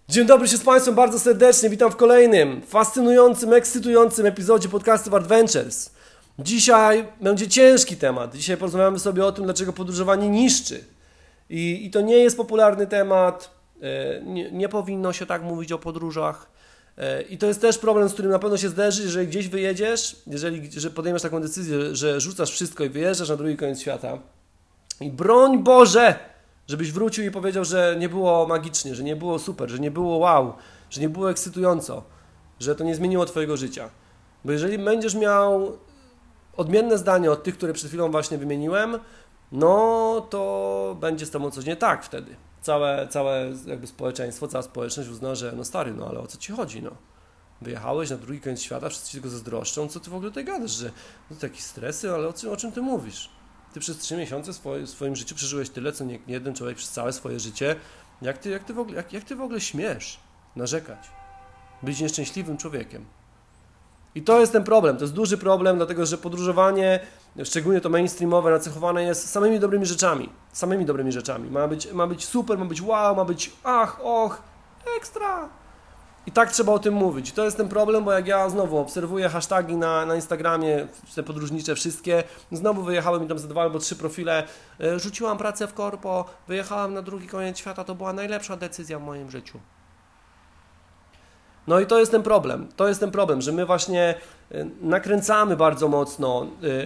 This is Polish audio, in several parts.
Dzień dobry się z Państwem bardzo serdecznie, witam w kolejnym fascynującym, ekscytującym epizodzie podcastu Adventures. Dzisiaj będzie ciężki temat, dzisiaj porozmawiamy sobie o tym, dlaczego podróżowanie niszczy. I to nie jest popularny temat, nie powinno się tak mówić o podróżach. I to jest też problem, z którym na pewno się zderzy, jeżeli gdzieś wyjedziesz, że podejmiesz taką decyzję, że rzucasz wszystko i wyjeżdżasz na drugi koniec świata. I broń Boże, żebyś wrócił i powiedział, że nie było magicznie, że nie było super, że nie było wow, że nie było ekscytująco, że to nie zmieniło Twojego życia. Bo jeżeli będziesz miał odmienne zdanie od tych, które przed chwilą właśnie wymieniłem, no to będzie z Tobą coś nie tak wtedy. Całe jakby społeczeństwo, cała społeczność uzna, że no stary, no ale o co Ci chodzi, no? Wyjechałeś na drugi koniec świata, wszyscy Ci tego zazdroszczą, co Ty w ogóle tutaj gadasz, że no takie stresy, ale o czym Ty mówisz? Ty przez 3 miesiące w swoim życiu przeżyłeś tyle, co nie jeden człowiek przez całe swoje życie. Jak ty w ogóle śmiesz narzekać? Być nieszczęśliwym człowiekiem. I to jest ten problem, to jest duży problem, dlatego że podróżowanie, szczególnie to mainstreamowe, nacechowane jest samymi dobrymi rzeczami. Samymi dobrymi rzeczami. Ma być super, ma być wow, ma być ach, och, ekstra. I tak trzeba o tym mówić. I to jest ten problem, bo jak ja znowu obserwuję hashtagi na Instagramie, te podróżnicze wszystkie, znowu wyjechałem i tam za 2 albo 3 profile, rzuciłam pracę w korpo, wyjechałam na drugi koniec świata, to była najlepsza decyzja w moim życiu. No i to jest ten problem. To jest ten problem, że my właśnie nakręcamy bardzo mocno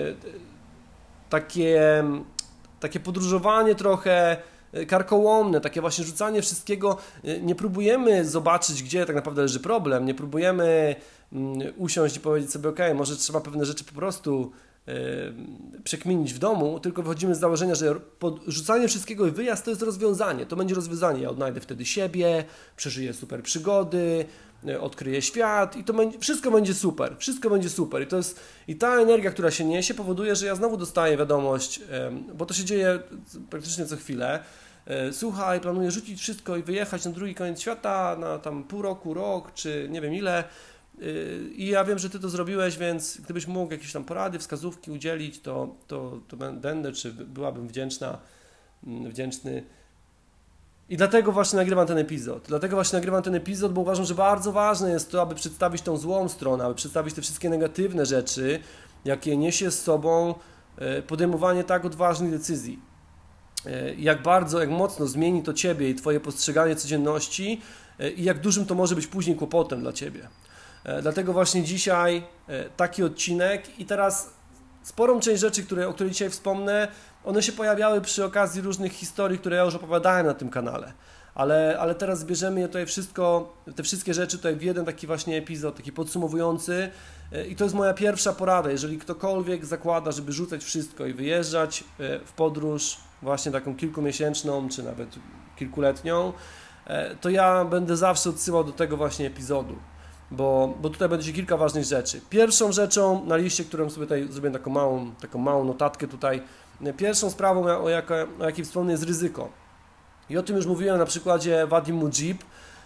takie podróżowanie trochę karkołomne, takie właśnie rzucanie wszystkiego. Nie próbujemy zobaczyć, gdzie tak naprawdę leży problem, nie próbujemy usiąść i powiedzieć sobie, ok, może trzeba pewne rzeczy po prostu przekminić w domu, tylko wychodzimy z założenia, że rzucanie wszystkiego i wyjazd to jest rozwiązanie, to będzie rozwiązanie. Ja odnajdę wtedy siebie, przeżyję super przygody, odkryję świat i to wszystko będzie super, wszystko będzie super. I ta energia, która się niesie, powoduje, że ja znowu dostaję wiadomość, bo to się dzieje praktycznie co chwilę. Słuchaj, planuję rzucić wszystko i wyjechać na drugi koniec świata na tam pół roku, rok, czy nie wiem ile. I ja wiem, że Ty to zrobiłeś, więc gdybyś mógł jakieś tam porady, wskazówki udzielić, to będę, czy byłabym wdzięczny. I dlatego właśnie nagrywam ten epizod, bo uważam, że bardzo ważne jest to, aby przedstawić tą złą stronę, aby przedstawić te wszystkie negatywne rzeczy, jakie niesie z sobą podejmowanie tak odważnych decyzji. Jak mocno zmieni to Ciebie i Twoje postrzeganie codzienności i jak dużym to może być później kłopotem dla Ciebie. Dlatego właśnie dzisiaj taki odcinek i teraz sporą część rzeczy, o których dzisiaj wspomnę, one się pojawiały przy okazji różnych historii, które ja już opowiadałem na tym kanale. Ale teraz zbierzemy je tutaj te wszystkie rzeczy tutaj w jeden taki właśnie epizod, taki podsumowujący. I to jest moja pierwsza porada. Jeżeli ktokolwiek zakłada, żeby rzucać wszystko i wyjeżdżać w podróż właśnie taką kilkumiesięczną, czy nawet kilkuletnią, to ja będę zawsze odsyłał do tego właśnie epizodu. Bo tutaj będzie kilka ważnych rzeczy. Pierwszą rzeczą na liście, którą sobie tutaj zrobię taką małą notatkę tutaj, pierwszą sprawą, o jakiej wspomnę, jest ryzyko. I o tym już mówiłem na przykładzie Vadim Mujib.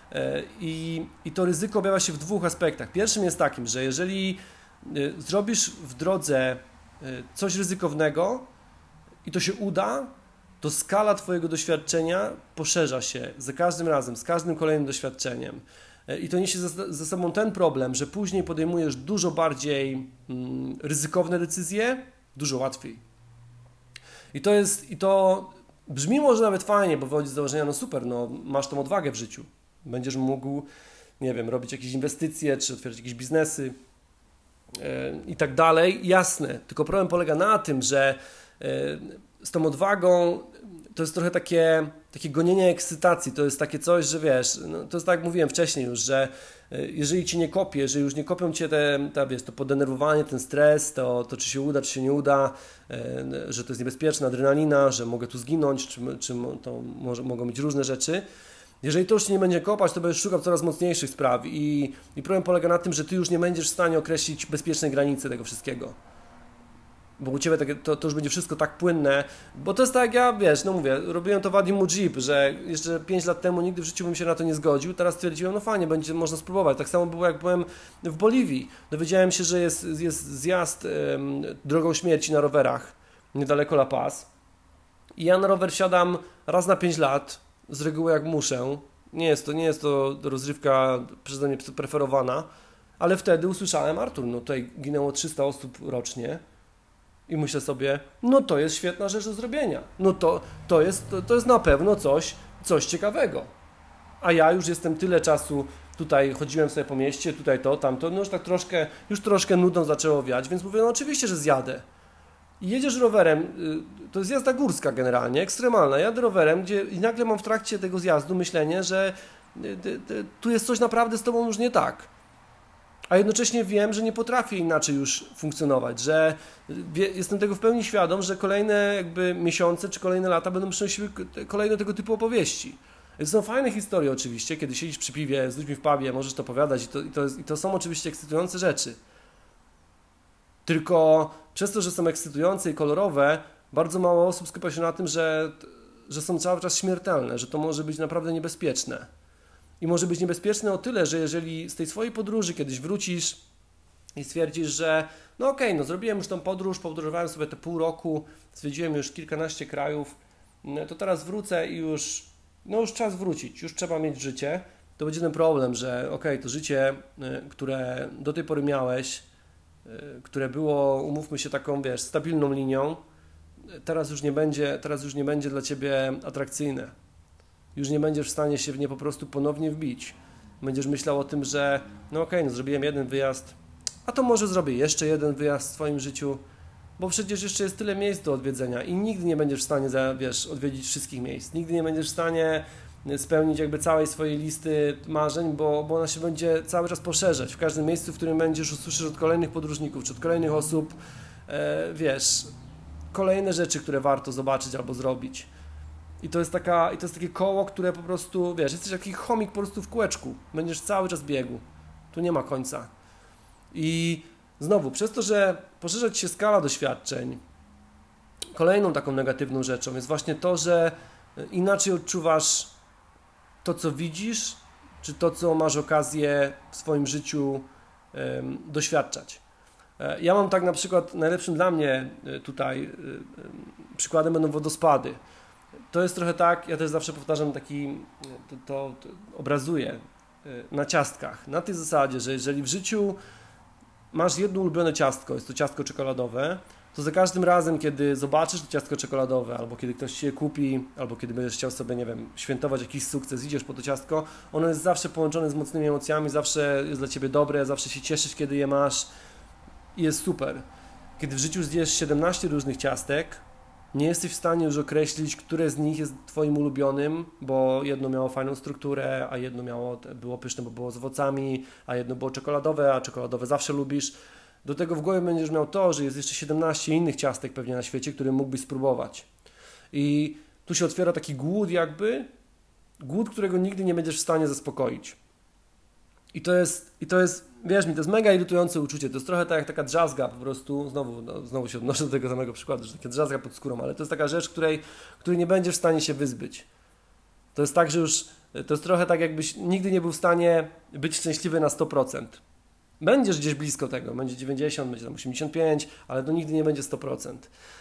I to ryzyko objawia się w 2 aspektach. Pierwszym jest takim, że jeżeli zrobisz w drodze coś ryzykownego i to się uda, to skala Twojego doświadczenia poszerza się za każdym razem, z każdym kolejnym doświadczeniem. I to niesie ze sobą ten problem, że później podejmujesz dużo bardziej ryzykowne decyzje, dużo łatwiej. I to brzmi może nawet fajnie, bo wychodzi z założenia, no super, no masz tą odwagę w życiu. Będziesz mógł, nie wiem, robić jakieś inwestycje, czy otwierać jakieś biznesy i tak dalej. Jasne, tylko problem polega na tym, że z tą odwagą to jest trochę takie gonienie ekscytacji, to jest takie coś, że wiesz, no, to jest tak jak mówiłem wcześniej już, że jeżeli Cię nie kopie, jeżeli już nie kopią Cię to podenerwowanie, ten stres, to czy się uda, czy się nie uda, że to jest niebezpieczna adrenalina, że mogę tu zginąć, czy to mogą być różne rzeczy. Jeżeli to już Cię nie będzie kopać, to będziesz szukał coraz mocniejszych spraw i problem polega na tym, że Ty już nie będziesz w stanie określić bezpiecznej granicy tego wszystkiego. Bo u Ciebie to już będzie wszystko tak płynne, bo to jest tak jak ja, wiesz, no mówię, robiłem to Vadim Mujib, że jeszcze 5 lat temu nigdy w życiu bym się na to nie zgodził, teraz stwierdziłem, no fajnie, będzie można spróbować. Tak samo było jak byłem w Boliwii, dowiedziałem się, że jest zjazd drogą śmierci na rowerach, niedaleko La Paz i ja na rower wsiadam raz na 5 lat, z reguły jak muszę, Nie jest to rozrywka przeze mnie preferowana, ale wtedy usłyszałem, Artur, no tutaj ginęło 300 osób rocznie i myślę sobie, no to jest świetna rzecz do zrobienia. No to jest na pewno coś ciekawego. A ja już jestem tyle czasu tutaj, chodziłem sobie po mieście, tutaj to, tamto, no już troszkę nudą zaczęło wiać, więc mówię, no oczywiście, że zjadę. I jedziesz rowerem, to jest jazda górska generalnie, ekstremalna, jadę rowerem, gdzie i nagle mam w trakcie tego zjazdu myślenie, że tu jest coś naprawdę z tobą już nie tak. A jednocześnie wiem, że nie potrafię inaczej już funkcjonować, że jestem tego w pełni świadom, że kolejne jakby miesiące czy kolejne lata będą przynosiły kolejne tego typu opowieści. To są fajne historie oczywiście, kiedy siedzisz przy piwie z ludźmi w pubie, możesz to opowiadać i to są oczywiście ekscytujące rzeczy. Tylko przez to, że są ekscytujące i kolorowe, bardzo mało osób skupia się na tym, że są cały czas śmiertelne, że to może być naprawdę niebezpieczne. I może być niebezpieczne o tyle, że jeżeli z tej swojej podróży kiedyś wrócisz i stwierdzisz, że no okej, no zrobiłem już tą podróż, podróżowałem sobie te pół roku, zwiedziłem już kilkanaście krajów, to teraz wrócę i już czas wrócić, już trzeba mieć życie, to będzie ten problem, że okej, to życie, które do tej pory miałeś, które było, umówmy się, taką, wiesz, stabilną linią, teraz już nie będzie dla Ciebie atrakcyjne. Już nie będziesz w stanie się w nie po prostu ponownie wbić. Będziesz myślał o tym, że no okej, no zrobiłem jeden wyjazd, a to może zrobię jeszcze jeden wyjazd w swoim życiu, bo przecież jeszcze jest tyle miejsc do odwiedzenia i nigdy nie będziesz w stanie, wiesz, odwiedzić wszystkich miejsc. Nigdy nie będziesz w stanie spełnić jakby całej swojej listy marzeń, bo ona się będzie cały czas poszerzać. W każdym miejscu, w którym będziesz, usłyszysz od kolejnych podróżników, czy od kolejnych osób, wiesz, kolejne rzeczy, które warto zobaczyć albo zrobić. I to jest takie koło, które po prostu, wiesz, jesteś taki chomik po prostu w kółeczku. Będziesz cały czas biegł. Tu nie ma końca. I znowu, przez to, że poszerzać się skala doświadczeń, kolejną taką negatywną rzeczą jest właśnie to, że inaczej odczuwasz to, co widzisz, czy to, co masz okazję w swoim życiu doświadczać. Ja mam tak na przykład, najlepszym dla mnie tutaj przykładem będą wodospady. To jest trochę tak, ja też zawsze powtarzam to obrazuję na ciastkach. Na tej zasadzie, że jeżeli w życiu masz jedno ulubione ciastko, jest to ciastko czekoladowe, to za każdym razem, kiedy zobaczysz to ciastko czekoladowe, albo kiedy ktoś ci je kupi, albo kiedy będziesz chciał sobie, nie wiem, świętować jakiś sukces, idziesz po to ciastko, ono jest zawsze połączone z mocnymi emocjami, zawsze jest dla ciebie dobre, zawsze się cieszysz, kiedy je masz i jest super. Kiedy w życiu zjesz 17 różnych ciastek, nie jesteś w stanie już określić, które z nich jest twoim ulubionym, bo jedno miało fajną strukturę, a jedno było pyszne, bo było z owocami, a jedno było czekoladowe, a czekoladowe zawsze lubisz. Do tego w głowie będziesz miał to, że jest jeszcze 17 innych ciastek pewnie na świecie, które mógłbyś spróbować. I tu się otwiera taki głód głód, którego nigdy nie będziesz w stanie zaspokoić. I to jest, wierz mi, to jest mega irytujące uczucie. To jest trochę tak jak taka drzazga po prostu, znowu się odnoszę do tego samego przykładu, że taka drzazga pod skórą, ale to jest taka rzecz, której nie będziesz w stanie się wyzbyć. To jest tak, że to jest trochę tak, jakbyś nigdy nie był w stanie być szczęśliwy na 100%. Będziesz gdzieś blisko tego, będzie 90, będzie tam 85, ale to nigdy nie będzie 100%.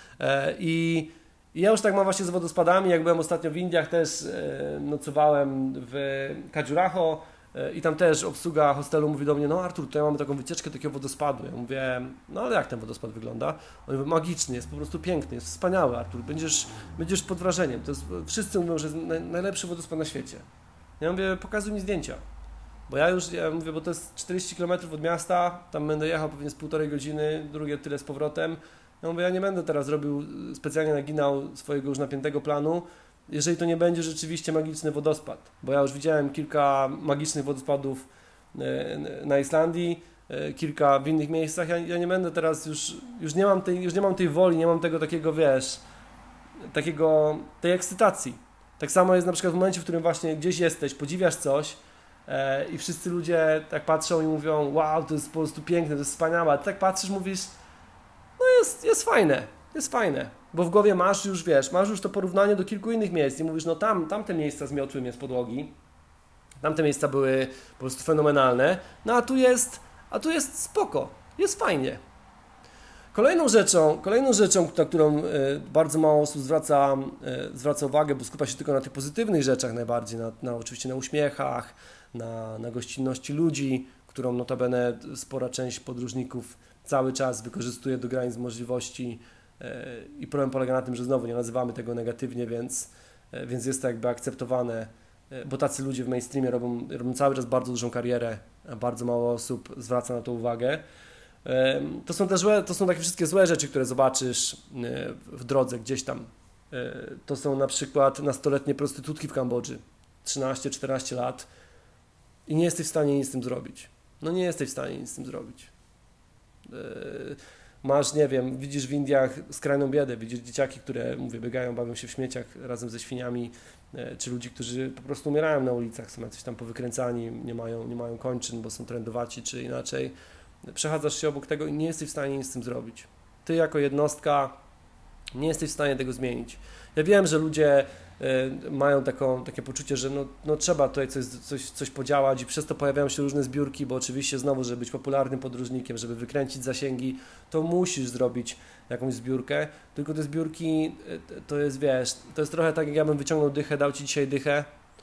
I ja już tak mam właśnie z wodospadami, jak byłem ostatnio w Indiach, też nocowałem w Khajuraho i tam też obsługa hostelu mówi do mnie, no Artur, tutaj mamy taką wycieczkę takiego wodospadu. Ja mówię, no ale jak ten wodospad wygląda? On mówi, magiczny, jest po prostu piękny, jest wspaniały, Artur, będziesz pod wrażeniem. Wszyscy mówią, że jest najlepszy wodospad na świecie. Ja mówię, pokazuj mi zdjęcia. Bo ja mówię, bo to jest 40 km od miasta, tam będę jechał pewnie z 1,5 godziny, drugie tyle z powrotem. Ja mówię, ja nie będę teraz robił, specjalnie naginał swojego już napiętego planu, jeżeli to nie będzie rzeczywiście magiczny wodospad. Bo ja już widziałem kilka magicznych wodospadów na Islandii, kilka w innych miejscach. Ja nie będę teraz już nie mam tej woli, nie mam tego takiego, wiesz, tej ekscytacji. Tak samo jest na przykład w momencie, w którym właśnie gdzieś jesteś, podziwiasz coś, i wszyscy ludzie tak patrzą i mówią, wow, to jest po prostu piękne, to jest wspaniałe, a ty tak patrzysz, mówisz, no jest fajne, bo w głowie masz już to porównanie do kilku innych miejsc i mówisz, no tamte miejsca zmiotły mnie z podłogi, tamte miejsca były po prostu fenomenalne, no a tu jest spoko, jest fajnie. Kolejną rzeczą, na którą bardzo mało osób zwraca uwagę, bo skupia się tylko na tych pozytywnych rzeczach najbardziej, oczywiście na uśmiechach, na gościnności ludzi, którą notabene spora część podróżników cały czas wykorzystuje do granic możliwości i problem polega na tym, że znowu nie nazywamy tego negatywnie, więc jest to jakby akceptowane, bo tacy ludzie w mainstreamie robią cały czas bardzo dużą karierę, a bardzo mało osób zwraca na to uwagę. To są takie wszystkie złe rzeczy, które zobaczysz w drodze gdzieś tam. To są na przykład nastoletnie prostytutki w Kambodży, 13-14 lat i nie jesteś w stanie nic z tym zrobić. No nie jesteś w stanie nic z tym zrobić. Masz, nie wiem, widzisz w Indiach skrajną biedę, widzisz dzieciaki, które, mówię, biegają, bawią się w śmieciach razem ze świniami, czy ludzi, którzy po prostu umierają na ulicach, są jacyś tam powykręcani, nie mają kończyn, bo są trendowaci, czy inaczej. Przechadzasz się obok tego i nie jesteś w stanie nic z tym zrobić. Ty jako jednostka nie jesteś w stanie tego zmienić. Ja wiem, że ludzie mają takie poczucie, że no trzeba tutaj coś podziałać i przez to pojawiają się różne zbiórki, bo oczywiście znowu, żeby być popularnym podróżnikiem, żeby wykręcić zasięgi, to musisz zrobić jakąś zbiórkę, tylko te zbiórki to jest, wiesz, to jest trochę tak, jak ja bym wyciągnął dychę, dał Ci dzisiaj dychę,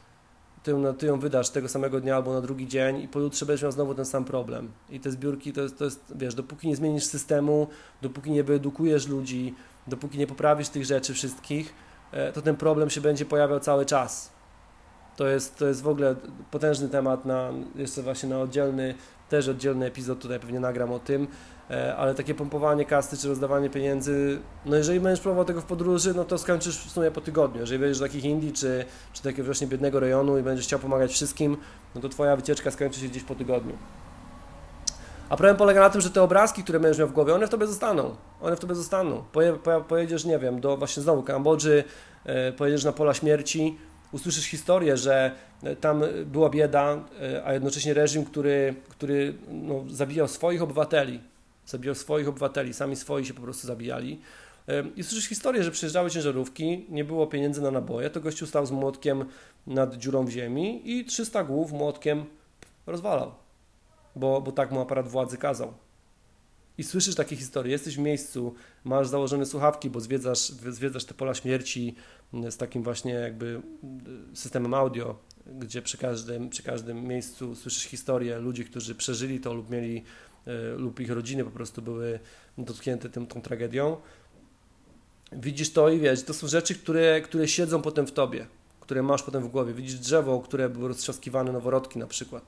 ty ją wydasz tego samego dnia albo na drugi dzień i pojutrze będziesz miał znowu ten sam problem. I te zbiórki to jest, wiesz, dopóki nie zmienisz systemu, dopóki nie wyedukujesz ludzi, dopóki nie poprawisz tych rzeczy wszystkich, to ten problem się będzie pojawiał cały czas. To jest w ogóle potężny temat jeszcze właśnie na oddzielny epizod, tutaj pewnie nagram o tym, ale takie pompowanie kasy czy rozdawanie pieniędzy, no jeżeli będziesz próbował tego w podróży, no to skończysz w sumie po tygodniu. Jeżeli wejdziesz do takich Indii czy takiego właśnie biednego rejonu i będziesz chciał pomagać wszystkim, no to twoja wycieczka skończy się gdzieś po tygodniu. A problem polega na tym, że te obrazki, które będziesz miał w głowie, one w tobie zostaną. Pojedziesz, nie wiem, do właśnie znowu Kambodży, pojedziesz na pola śmierci, usłyszysz historię, że tam była bieda, a jednocześnie reżim, który zabijał swoich obywateli, sami swoi się po prostu zabijali. I słyszysz historię, że przyjeżdżały ciężarówki, nie było pieniędzy na naboje, to gościu stał z młotkiem nad dziurą w ziemi i 300 głów młotkiem rozwalał, bo tak mu aparat władzy kazał. I słyszysz takie historie, jesteś w miejscu, masz założone słuchawki, bo zwiedzasz te pola śmierci z takim właśnie jakby systemem audio, gdzie przy każdym miejscu słyszysz historię ludzi, którzy przeżyli to lub ich rodziny po prostu były dotknięte tą tragedią. Widzisz to i wiesz, to są rzeczy, które siedzą potem w tobie, które masz potem w głowie. Widzisz drzewo, które były roztrzaskiwane, noworodki na przykład.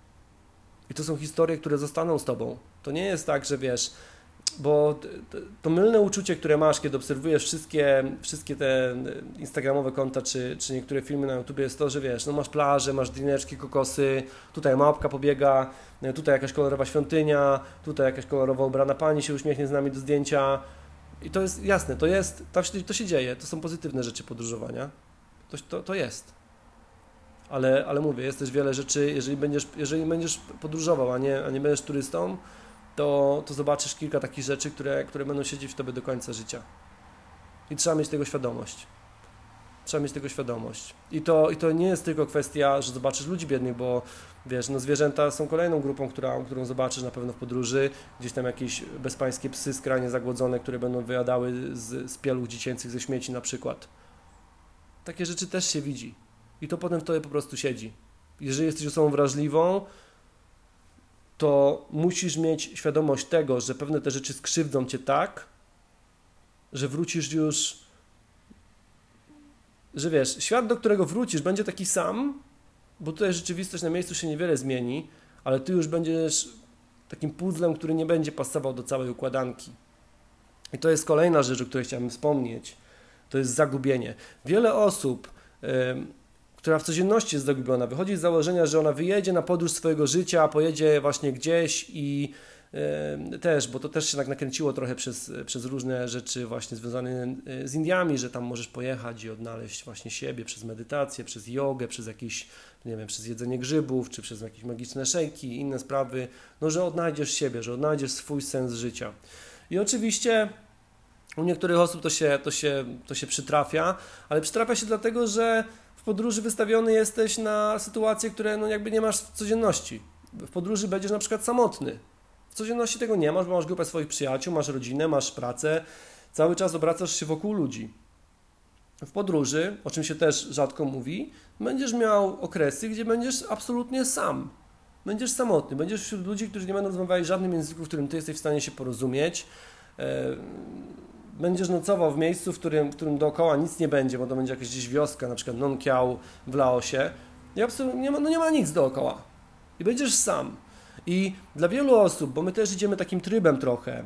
I to są historie, które zostaną z tobą. To nie jest tak, że wiesz, bo to mylne uczucie, które masz, kiedy obserwujesz wszystkie te instagramowe konta, czy niektóre filmy na YouTubie, jest to, że wiesz, no masz plażę, masz drineczki, kokosy, tutaj małpka pobiega, tutaj jakaś kolorowa świątynia, tutaj jakaś kolorowo ubrana pani się uśmiechnie z nami do zdjęcia. I to jest jasne, to się dzieje, to są pozytywne rzeczy podróżowania. To jest. Ale mówię, jest też wiele rzeczy, jeżeli będziesz podróżował, a nie będziesz turystą, to zobaczysz kilka takich rzeczy, które będą siedzieć w tobie do końca życia. I trzeba mieć tego świadomość. I to nie jest tylko kwestia, że zobaczysz ludzi biednych, bo wiesz, no zwierzęta są kolejną grupą, którą zobaczysz na pewno w podróży. Gdzieś tam jakieś bezpańskie psy skrajnie zagłodzone, które będą wyjadały z pieluch dziecięcych ze śmieci na przykład. Takie rzeczy też się widzi. I to potem w tobie po prostu siedzi. Jeżeli jesteś osobą wrażliwą, to musisz mieć świadomość tego, że pewne te rzeczy skrzywdzą cię tak, że wrócisz już, że wiesz, świat, do którego wrócisz, będzie taki sam, bo tutaj rzeczywistość na miejscu się niewiele zmieni, ale ty już będziesz takim puzzlem, który nie będzie pasował do całej układanki. I to jest kolejna rzecz, o której chciałem wspomnieć. To jest zagubienie. Wiele osób, która w codzienności jest zagubiona, wychodzi z założenia, że ona wyjedzie na podróż swojego życia, pojedzie właśnie gdzieś i bo to też się tak nakręciło trochę przez różne rzeczy właśnie związane z Indiami, że tam możesz pojechać i odnaleźć właśnie siebie przez medytację, przez jogę, przez jakieś, nie wiem, przez jedzenie grzybów, czy przez jakieś magiczne szejki i inne sprawy, no że odnajdziesz siebie, że odnajdziesz swój sens życia. I oczywiście u niektórych osób to się przytrafia, ale przytrafia się dlatego, że w podróży wystawiony jesteś na sytuacje, które no jakby nie masz w codzienności. W podróży będziesz na przykład samotny. W codzienności tego nie masz, bo masz grupę swoich przyjaciół, masz rodzinę, masz pracę, cały czas obracasz się wokół ludzi. W podróży, o czym się też rzadko mówi, będziesz miał okresy, gdzie będziesz absolutnie sam. Będziesz samotny, będziesz wśród ludzi, którzy nie będą rozmawiali żadnym języku, w którym ty jesteś w stanie się porozumieć. Będziesz nocował w miejscu, w którym dookoła nic nie będzie, bo to będzie jakaś gdzieś wioska, na przykład Nong Kiao w Laosie. I absolutnie nie ma nic dookoła. I będziesz sam. I dla wielu osób, bo my też idziemy takim trybem trochę,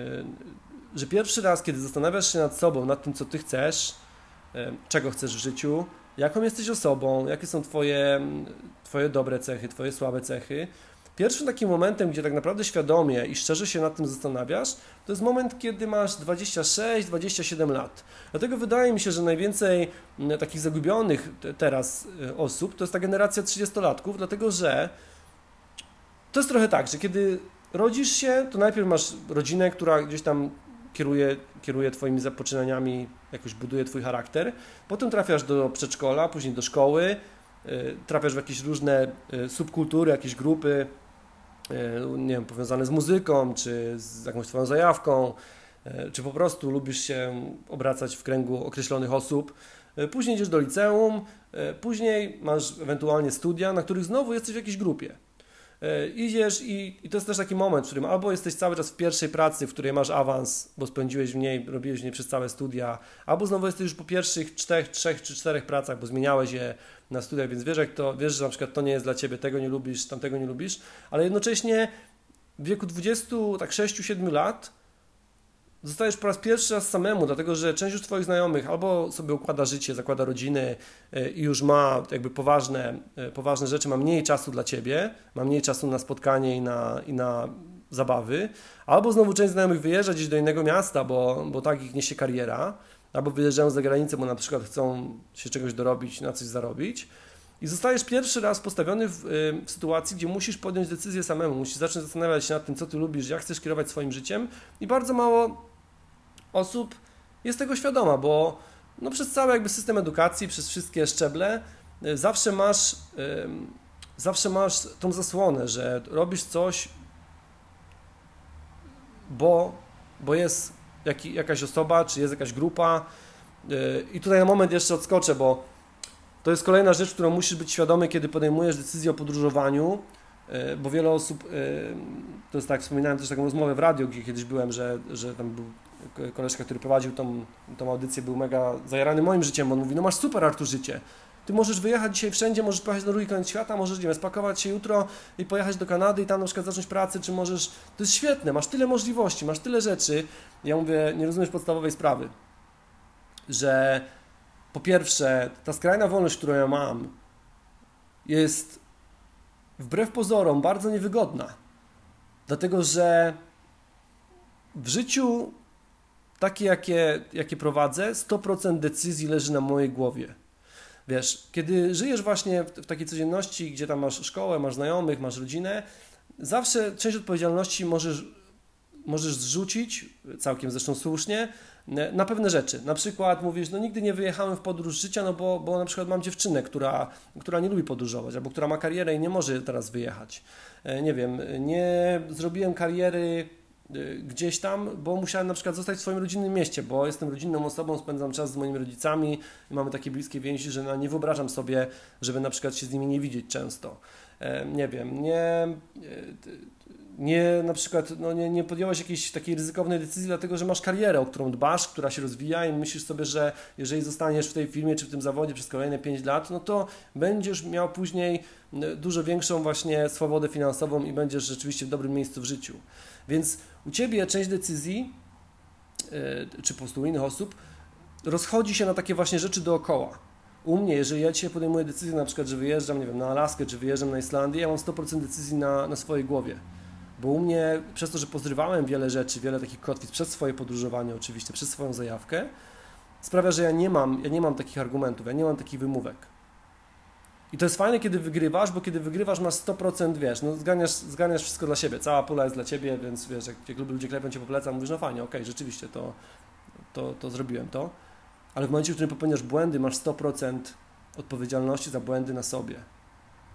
że pierwszy raz, kiedy zastanawiasz się nad sobą, nad tym, co ty chcesz, czego chcesz w życiu, jaką jesteś osobą, jakie są twoje dobre cechy, twoje słabe cechy. Pierwszym takim momentem, gdzie tak naprawdę świadomie i szczerze się nad tym zastanawiasz, to jest moment, kiedy masz 26-27 lat. Dlatego wydaje mi się, że najwięcej takich zagubionych teraz osób to jest ta generacja 30-latków, dlatego że to jest trochę tak, że kiedy rodzisz się, to najpierw masz rodzinę, która gdzieś tam kieruje twoimi poczynaniami, jakoś buduje twój charakter. Potem trafiasz do przedszkola, później do szkoły, trafiasz w jakieś różne subkultury, jakieś grupy, nie wiem, powiązane z muzyką, czy z jakąś twoją zajawką, czy po prostu lubisz się obracać w kręgu określonych osób. Później idziesz do liceum, później masz ewentualnie studia, na których znowu jesteś w jakiejś grupie. Idziesz i to jest też taki moment, w którym albo jesteś cały czas w pierwszej pracy, w której masz awans, bo spędziłeś w niej, robiłeś w niej przez całe studia, albo znowu jesteś już po pierwszych 3 czy 4 pracach, bo zmieniałeś je na studiach, więc wiesz, że na przykład to nie jest dla ciebie, tego nie lubisz, tamtego nie lubisz, ale jednocześnie w wieku 26-7 lat zostajesz po raz pierwszy raz samemu, dlatego że część już twoich znajomych albo sobie układa życie, zakłada rodziny i już ma jakby poważne rzeczy, ma mniej czasu dla ciebie, ma mniej czasu na spotkanie i na zabawy, albo znowu część znajomych wyjeżdża gdzieś do innego miasta, bo tak ich niesie kariera, albo wyjeżdżają za granicę, bo na przykład chcą się czegoś dorobić, na coś zarobić. I zostajesz pierwszy raz postawiony w sytuacji, gdzie musisz podjąć decyzję samemu, musisz zacząć zastanawiać się nad tym, co ty lubisz, jak chcesz kierować swoim życiem i bardzo mało osób jest tego świadoma, bo no, przez cały jakby system edukacji, przez wszystkie szczeble zawsze masz tą zasłonę, że robisz coś, bo jest jakaś osoba, czy jest jakaś grupa i tutaj na moment jeszcze odskoczę, bo to jest kolejna rzecz, którą musisz być świadomy, kiedy podejmujesz decyzję o podróżowaniu, bo wiele osób, to jest tak, wspominałem też taką rozmowę w radiu, gdzie kiedyś byłem, że tam był koleżka, który prowadził tą audycję, był mega zajarany moim życiem, bo on mówi, no masz super, Artur, życie. Ty możesz wyjechać dzisiaj wszędzie, możesz pojechać na drugi koniec świata, możesz, nie wiem, spakować się jutro i pojechać do Kanady i tam na przykład zacząć pracę, czy możesz, to jest świetne, masz tyle możliwości, masz tyle rzeczy. Ja mówię, nie rozumiesz podstawowej sprawy, że po pierwsze, ta skrajna wolność, którą ja mam, jest wbrew pozorom bardzo niewygodna, dlatego że w życiu takie, jakie prowadzę, 100% decyzji leży na mojej głowie. Wiesz, kiedy żyjesz właśnie w takiej codzienności, gdzie tam masz szkołę, masz znajomych, masz rodzinę, zawsze część odpowiedzialności możesz zrzucić, całkiem zresztą słusznie, na pewne rzeczy. Na przykład mówisz, no nigdy nie wyjechałem w podróż życia, no bo na przykład mam dziewczynę, która nie lubi podróżować, albo która ma karierę i nie może teraz wyjechać. Nie wiem, nie zrobiłem kariery gdzieś tam, bo musiałem na przykład zostać w swoim rodzinnym mieście, bo jestem rodzinną osobą, spędzam czas z moimi rodzicami i mamy takie bliskie więzi, że no, nie wyobrażam sobie, żeby na przykład się z nimi nie widzieć często. Nie wiem, na przykład nie podjąłeś jakiejś takiej ryzykownej decyzji, dlatego że masz karierę, o którą dbasz, która się rozwija i myślisz sobie, że jeżeli zostaniesz w tej firmie czy w tym zawodzie przez kolejne 5 lat, no to będziesz miał później dużo większą właśnie swobodę finansową i będziesz rzeczywiście w dobrym miejscu w życiu. Więc u Ciebie część decyzji, czy po prostu u innych osób, rozchodzi się na takie właśnie rzeczy dookoła. U mnie, jeżeli ja dzisiaj podejmuję decyzję na przykład, że wyjeżdżam, nie wiem, na Alaskę, czy wyjeżdżam na Islandię, ja mam 100% decyzji na swojej głowie. Bo u mnie, przez to, że pozrywałem wiele rzeczy, wiele takich kotwic przez swoje podróżowanie oczywiście, przez swoją zajawkę, sprawia, że ja nie mam takich argumentów, ja nie mam takich wymówek. I to jest fajne, kiedy wygrywasz, bo kiedy wygrywasz masz 100%, wiesz, no zganiasz wszystko dla siebie, cała pula jest dla Ciebie, więc wiesz, jak ludzie klepią Cię po plecach, mówisz, no fajnie, okej, rzeczywiście to zrobiłem to, ale w momencie, w którym popełniasz błędy, masz 100% odpowiedzialności za błędy na sobie.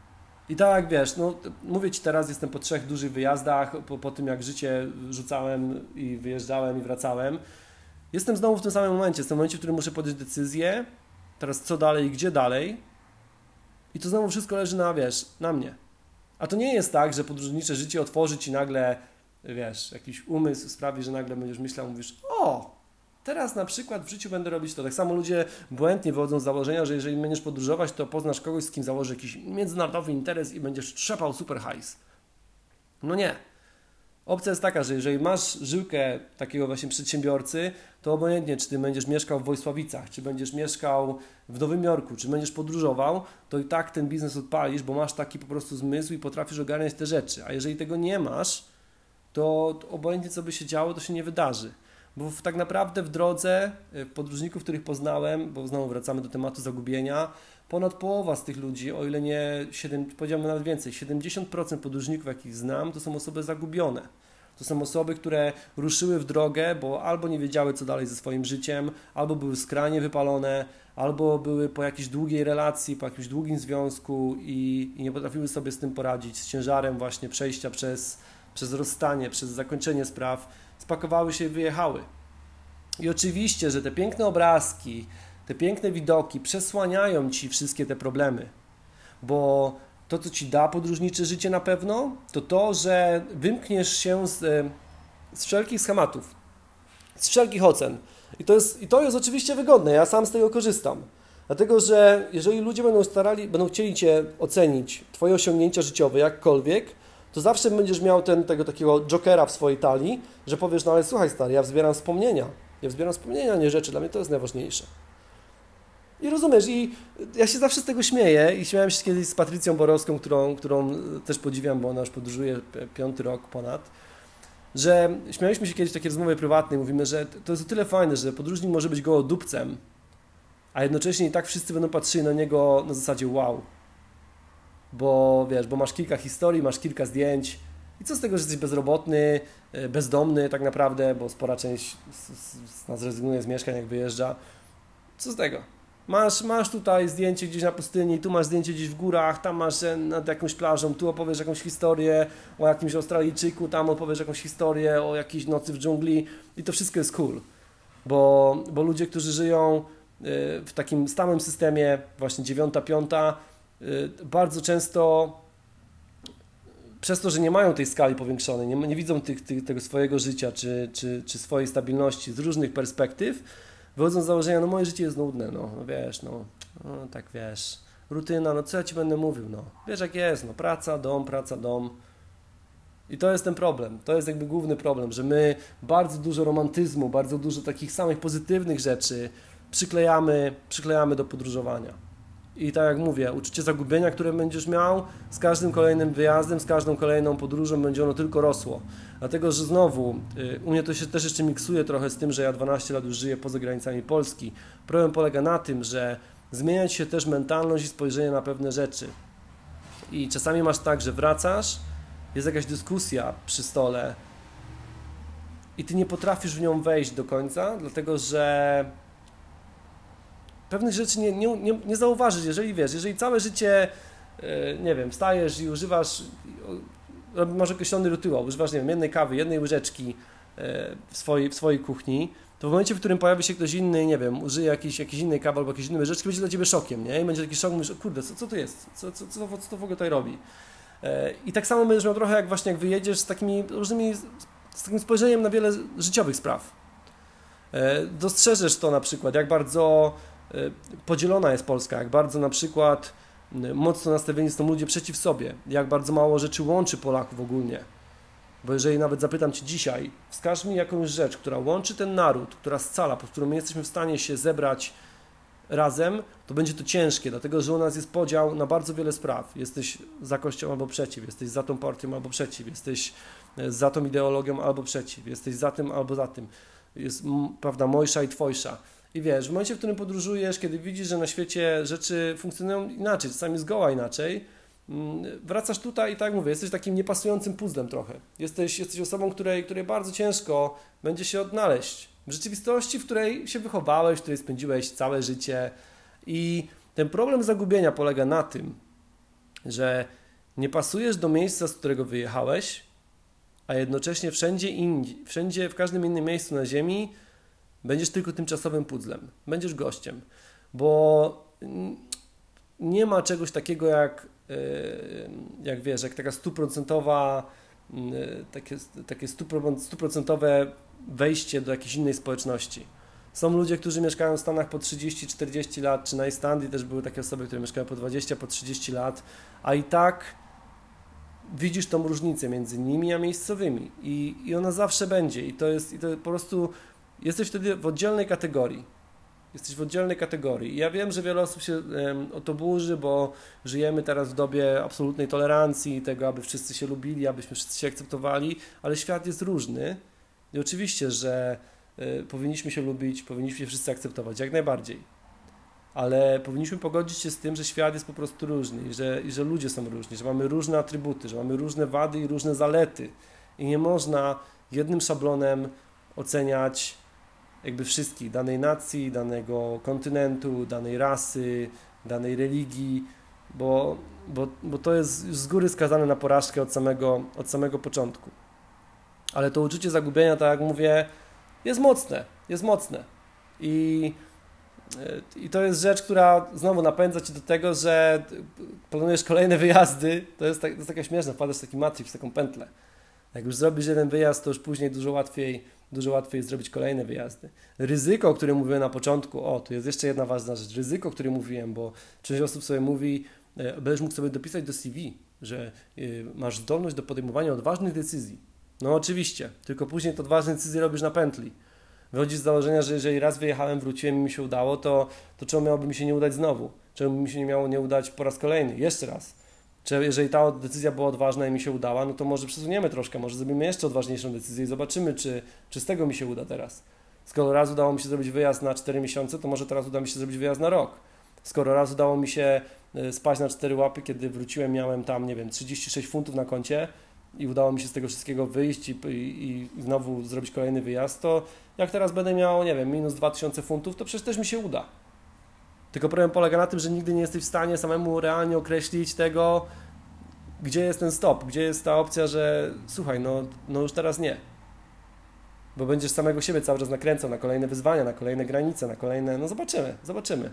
I tak, wiesz, no mówię Ci teraz, jestem po 3 dużych wyjazdach, po tym jak życie rzucałem i wyjeżdżałem i wracałem. Jestem znowu w tym samym momencie, jestem w momencie, w którym muszę podjąć decyzję, teraz co dalej i gdzie dalej. I to znowu wszystko leży na, wiesz, na mnie. A to nie jest tak, że podróżnicze życie otworzy Ci nagle, wiesz, jakiś umysł sprawi, że nagle będziesz myślał, mówisz, o, teraz na przykład w życiu będę robić to. Tak samo ludzie błędnie wychodzą z założenia, że jeżeli będziesz podróżować, to poznasz kogoś, z kim założysz jakiś międzynarodowy interes i będziesz trzepał super hajs. No nie. Opcja jest taka, że jeżeli masz żyłkę takiego właśnie przedsiębiorcy, to obojętnie, czy ty będziesz mieszkał w Wojsławicach, czy będziesz mieszkał w Nowym Jorku, czy będziesz podróżował, to i tak ten biznes odpalisz, bo masz taki po prostu zmysł i potrafisz ogarniać te rzeczy. A jeżeli tego nie masz, to obojętnie co by się działo, to się nie wydarzy. Bo tak naprawdę w drodze podróżników, których poznałem, bo znowu wracamy do tematu zagubienia, ponad połowa z tych ludzi, o ile nie, powiedziałbym nawet więcej, 70% podróżników, jakich znam, to są osoby zagubione. To są osoby, które ruszyły w drogę, bo albo nie wiedziały, co dalej ze swoim życiem, albo były skrajnie wypalone, albo były po jakiejś długiej relacji, po jakimś długim związku i nie potrafiły sobie z tym poradzić, z ciężarem właśnie przejścia przez rozstanie, przez zakończenie spraw, spakowały się i wyjechały. I oczywiście, że te piękne obrazki, te piękne widoki przesłaniają Ci wszystkie te problemy, bo to, co Ci da podróżnicze życie na pewno, to to, że wymkniesz się z wszelkich schematów, z wszelkich ocen. I to jest oczywiście wygodne, ja sam z tego korzystam. Dlatego, że jeżeli ludzie będą chcieli Cię ocenić, Twoje osiągnięcia życiowe jakkolwiek, to zawsze będziesz miał tego takiego jokera w swojej talii, że powiesz, no ale słuchaj stary, ja zbieram wspomnienia, a nie rzeczy, dla mnie to jest najważniejsze. I rozumiesz, i ja się zawsze z tego śmieję i śmiałem się kiedyś z Patrycją Borowską, którą też podziwiam, bo ona już podróżuje 5. rok ponad, że śmialiśmy się kiedyś w takiej rozmowie prywatnej, mówimy, że to jest o tyle fajne, że podróżnik może być gołodupcem, a jednocześnie i tak wszyscy będą patrzyli na niego na zasadzie wow. Bo wiesz, bo masz kilka historii, masz kilka zdjęć i co z tego, że jesteś bezrobotny, bezdomny tak naprawdę, bo spora część z nas rezygnuje z mieszkań, jak wyjeżdża. Co z tego? Masz tutaj zdjęcie gdzieś na pustyni, tu masz zdjęcie gdzieś w górach, tam masz nad jakąś plażą, tu opowiesz jakąś historię o jakimś Australijczyku, tam opowiesz jakąś historię o jakiejś nocy w dżungli i to wszystko jest cool. Bo ludzie, którzy żyją w takim stałym systemie, właśnie 9, 5, bardzo często przez to, że nie mają tej skali powiększonej, nie widzą tego swojego życia czy swojej stabilności z różnych perspektyw, wychodzą z założenia, no moje życie jest nudne, no wiesz, tak wiesz, rutyna, no co ja Ci będę mówił, no wiesz jak jest, no praca, dom. I to jest ten problem, to jest jakby główny problem, że my bardzo dużo romantyzmu, bardzo dużo takich samych pozytywnych rzeczy przyklejamy do podróżowania. I tak jak mówię, uczucie zagubienia, które będziesz miał, z każdym kolejnym wyjazdem, z każdą kolejną podróżą będzie ono tylko rosło. Dlatego, że znowu, u mnie to się też jeszcze miksuje trochę z tym, że ja 12 lat już żyję poza granicami Polski. Problem polega na tym, że zmienia Ci się też mentalność i spojrzenie na pewne rzeczy. I czasami masz tak, że wracasz, jest jakaś dyskusja przy stole i Ty nie potrafisz w nią wejść do końca, dlatego, że pewnych rzeczy nie zauważysz, jeżeli całe życie, nie wiem, wstajesz i używasz, masz określony rytuał, używasz, nie wiem, jednej kawy, jednej łyżeczki w swojej kuchni, to w momencie, w którym pojawi się ktoś inny, nie wiem, użyje jakiejś innej kawy albo jakiejś innej łyżeczki, będzie dla Ciebie szokiem, nie? I będzie taki szok, mówisz, o kurde, co to jest? Co to w ogóle tutaj robi? I tak samo będziesz miał trochę jak wyjedziesz z takimi różnymi, z takim spojrzeniem na wiele życiowych spraw. Dostrzeżesz to na przykład, jak bardzo podzielona jest Polska, jak bardzo na przykład mocno nastawieni są ludzie przeciw sobie, jak bardzo mało rzeczy łączy Polaków ogólnie. Bo jeżeli nawet zapytam Cię dzisiaj, wskaż mi jakąś rzecz, która łączy ten naród, która scala, po którą my jesteśmy w stanie się zebrać razem, to będzie to ciężkie, dlatego że u nas jest podział na bardzo wiele spraw. Jesteś za Kościołem albo przeciw, jesteś za tą partią albo przeciw, jesteś za tą ideologią albo przeciw, jesteś za tym albo za tym. Jest, prawda, mojsza i twojsza. I wiesz, w momencie, w którym podróżujesz, kiedy widzisz, że na świecie rzeczy funkcjonują inaczej, czasami zgoła inaczej, wracasz tutaj i tak mówię, jesteś takim niepasującym puzzlem trochę. Jesteś osobą, której bardzo ciężko będzie się odnaleźć w rzeczywistości, w której się wychowałeś, w której spędziłeś całe życie. I ten problem zagubienia polega na tym, że nie pasujesz do miejsca, z którego wyjechałeś, a jednocześnie wszędzie, w każdym innym miejscu na ziemi będziesz tylko tymczasowym puzzlem, będziesz gościem, bo nie ma czegoś takiego jak wiesz, jak taka stuprocentowa, takie stuprocentowe wejście do jakiejś innej społeczności. Są ludzie, którzy mieszkają w Stanach po 30-40 lat, czy na Islandii też były takie osoby, które mieszkają po 20, po 30 lat, a i tak widzisz tą różnicę między nimi a miejscowymi i ona zawsze będzie i to po prostu jesteś wtedy w oddzielnej kategorii. Jesteś w oddzielnej kategorii. I ja wiem, że wiele osób się o to burzy, bo żyjemy teraz w dobie absolutnej tolerancji, tego, aby wszyscy się lubili, abyśmy wszyscy się akceptowali, ale świat jest różny i oczywiście, że powinniśmy się lubić, powinniśmy się wszyscy akceptować, jak najbardziej. Ale powinniśmy pogodzić się z tym, że świat jest po prostu różny i że ludzie są różni, że mamy różne atrybuty, że mamy różne wady i różne zalety. I nie można jednym szablonem oceniać jakby wszystkich, danej nacji, danego kontynentu, danej rasy, danej religii, bo to jest z góry skazane na porażkę od samego początku. Ale to uczucie zagubienia, tak jak mówię, jest mocne. I to jest rzecz, która znowu napędza Cię do tego, że planujesz kolejne wyjazdy, to jest taka śmieszna, wpadasz w taki matrix, w taką pętlę. Jak już zrobisz jeden wyjazd, to już później dużo łatwiej zrobić kolejne wyjazdy. Ryzyko, o którym mówiłem na początku, tu jest jeszcze jedna ważna rzecz, ryzyko, o którym mówiłem, bo część osób sobie mówi, będziesz mógł sobie dopisać do CV, że masz zdolność do podejmowania odważnych decyzji. No oczywiście, tylko później te odważne decyzje robisz na pętli. Wychodzi z założenia, że jeżeli raz wyjechałem, wróciłem i mi się udało, to czemu miałoby mi się nie udać znowu? Czemu mi się nie miało nie udać po raz kolejny? Jeszcze raz. Czy jeżeli ta decyzja była odważna i mi się udała, no to może przesuniemy troszkę, może zrobimy jeszcze odważniejszą decyzję i zobaczymy, czy z tego mi się uda teraz. Skoro raz udało mi się zrobić wyjazd na 4 miesiące, to może teraz uda mi się zrobić wyjazd na rok. Skoro raz udało mi się spać na 4 łapy, kiedy wróciłem, miałem tam, 36 funtów na koncie i udało mi się z tego wszystkiego wyjść i znowu zrobić kolejny wyjazd, to jak teraz będę miał, minus 2000 funtów, to przecież też mi się uda. Tylko problem polega na tym, że nigdy nie jesteś w stanie samemu realnie określić tego, gdzie jest ten stop, gdzie jest ta opcja, że słuchaj, no już teraz nie. Bo będziesz samego siebie cały czas nakręcał na kolejne wyzwania, na kolejne granice, na kolejne, zobaczymy.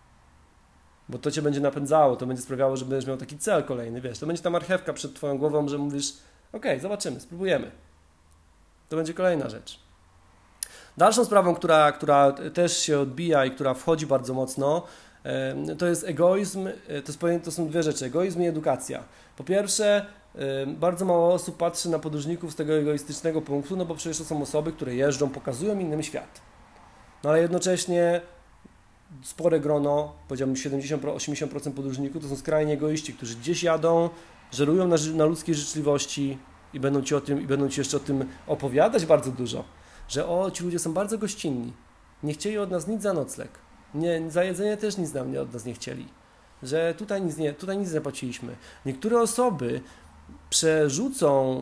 Bo to Cię będzie napędzało, to będzie sprawiało, że będziesz miał taki cel kolejny, wiesz, to będzie ta marchewka przed Twoją głową, że mówisz, okej, zobaczymy, spróbujemy. To będzie kolejna rzecz. Dalszą sprawą, która też się odbija i która wchodzi bardzo mocno, to jest egoizm, to są dwie rzeczy, egoizm i edukacja. Po pierwsze, bardzo mało osób patrzy na podróżników z tego egoistycznego punktu, no bo przecież to są osoby, które jeżdżą, pokazują innym świat. No ale jednocześnie spore grono, powiedziałbym 70-80% podróżników to są skrajnie egoiści, którzy gdzieś jadą, żerują na ludzkiej życzliwości i będą Ci jeszcze o tym opowiadać bardzo dużo, że ci ludzie są bardzo gościnni, nie chcieli od nas nic za nocleg, za jedzenie też nic od nas nie chcieli, że tutaj nic nie płaciliśmy. Niektóre osoby przerzucą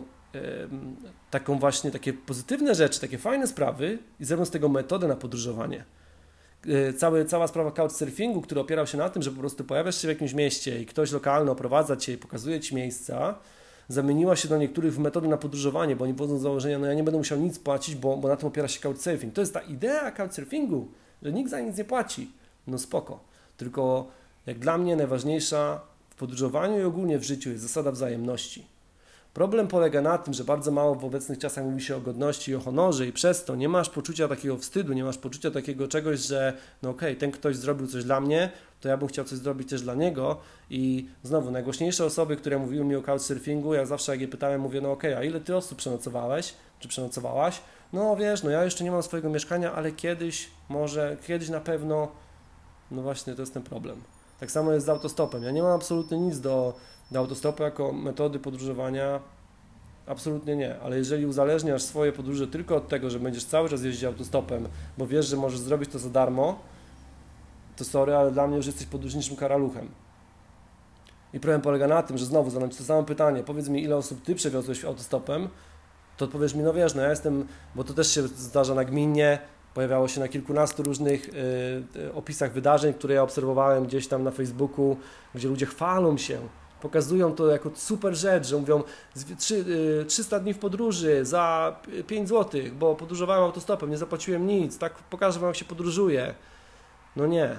takie pozytywne rzeczy, takie fajne sprawy i zrobią z tego metodę na podróżowanie. Cała sprawa couchsurfingu, który opierał się na tym, że po prostu pojawiasz się w jakimś mieście i ktoś lokalny oprowadza Cię i pokazuje Ci miejsca, zamieniła się do niektórych w metodę na podróżowanie, bo oni wchodzą z założenia, ja nie będę musiał nic płacić, bo na tym opiera się couchsurfing. To jest ta idea couchsurfingu, że nikt za nic nie płaci. No spoko. Tylko jak dla mnie najważniejsza w podróżowaniu i ogólnie w życiu jest zasada wzajemności. Problem polega na tym, że bardzo mało w obecnych czasach mówi się o godności i o honorze i przez to nie masz poczucia takiego wstydu, nie masz poczucia takiego czegoś, że ten ktoś zrobił coś dla mnie, to ja bym chciał coś zrobić też dla niego i znowu najgłośniejsze osoby, które mówiły mi o couchsurfingu, ja zawsze jak je pytałem, mówię, a ile Ty osób przenocowałeś, czy przenocowałeś? Ja jeszcze nie mam swojego mieszkania, ale kiedyś na pewno, no właśnie to jest ten problem. Tak samo jest z autostopem, ja nie mam absolutnie nic do autostopu jako metody podróżowania, absolutnie nie, ale jeżeli uzależniasz swoje podróże tylko od tego, że będziesz cały czas jeździć autostopem, bo wiesz, że możesz zrobić to za darmo, to sorry, ale dla mnie już jesteś podróżniczym karaluchem. I problem polega na tym, że znowu zadam Ci to samo pytanie, powiedz mi, ile osób Ty przewiozłeś autostopem, to odpowiesz mi, ja jestem, bo to też się zdarza nagminnie, pojawiało się na kilkunastu różnych opisach wydarzeń, które ja obserwowałem gdzieś tam na Facebooku, gdzie ludzie chwalą się, Pokazują to jako super rzecz, że mówią 300 dni w podróży za 5 zł, bo podróżowałem autostopem, nie zapłaciłem nic, tak pokażę wam jak się podróżuje. No nie.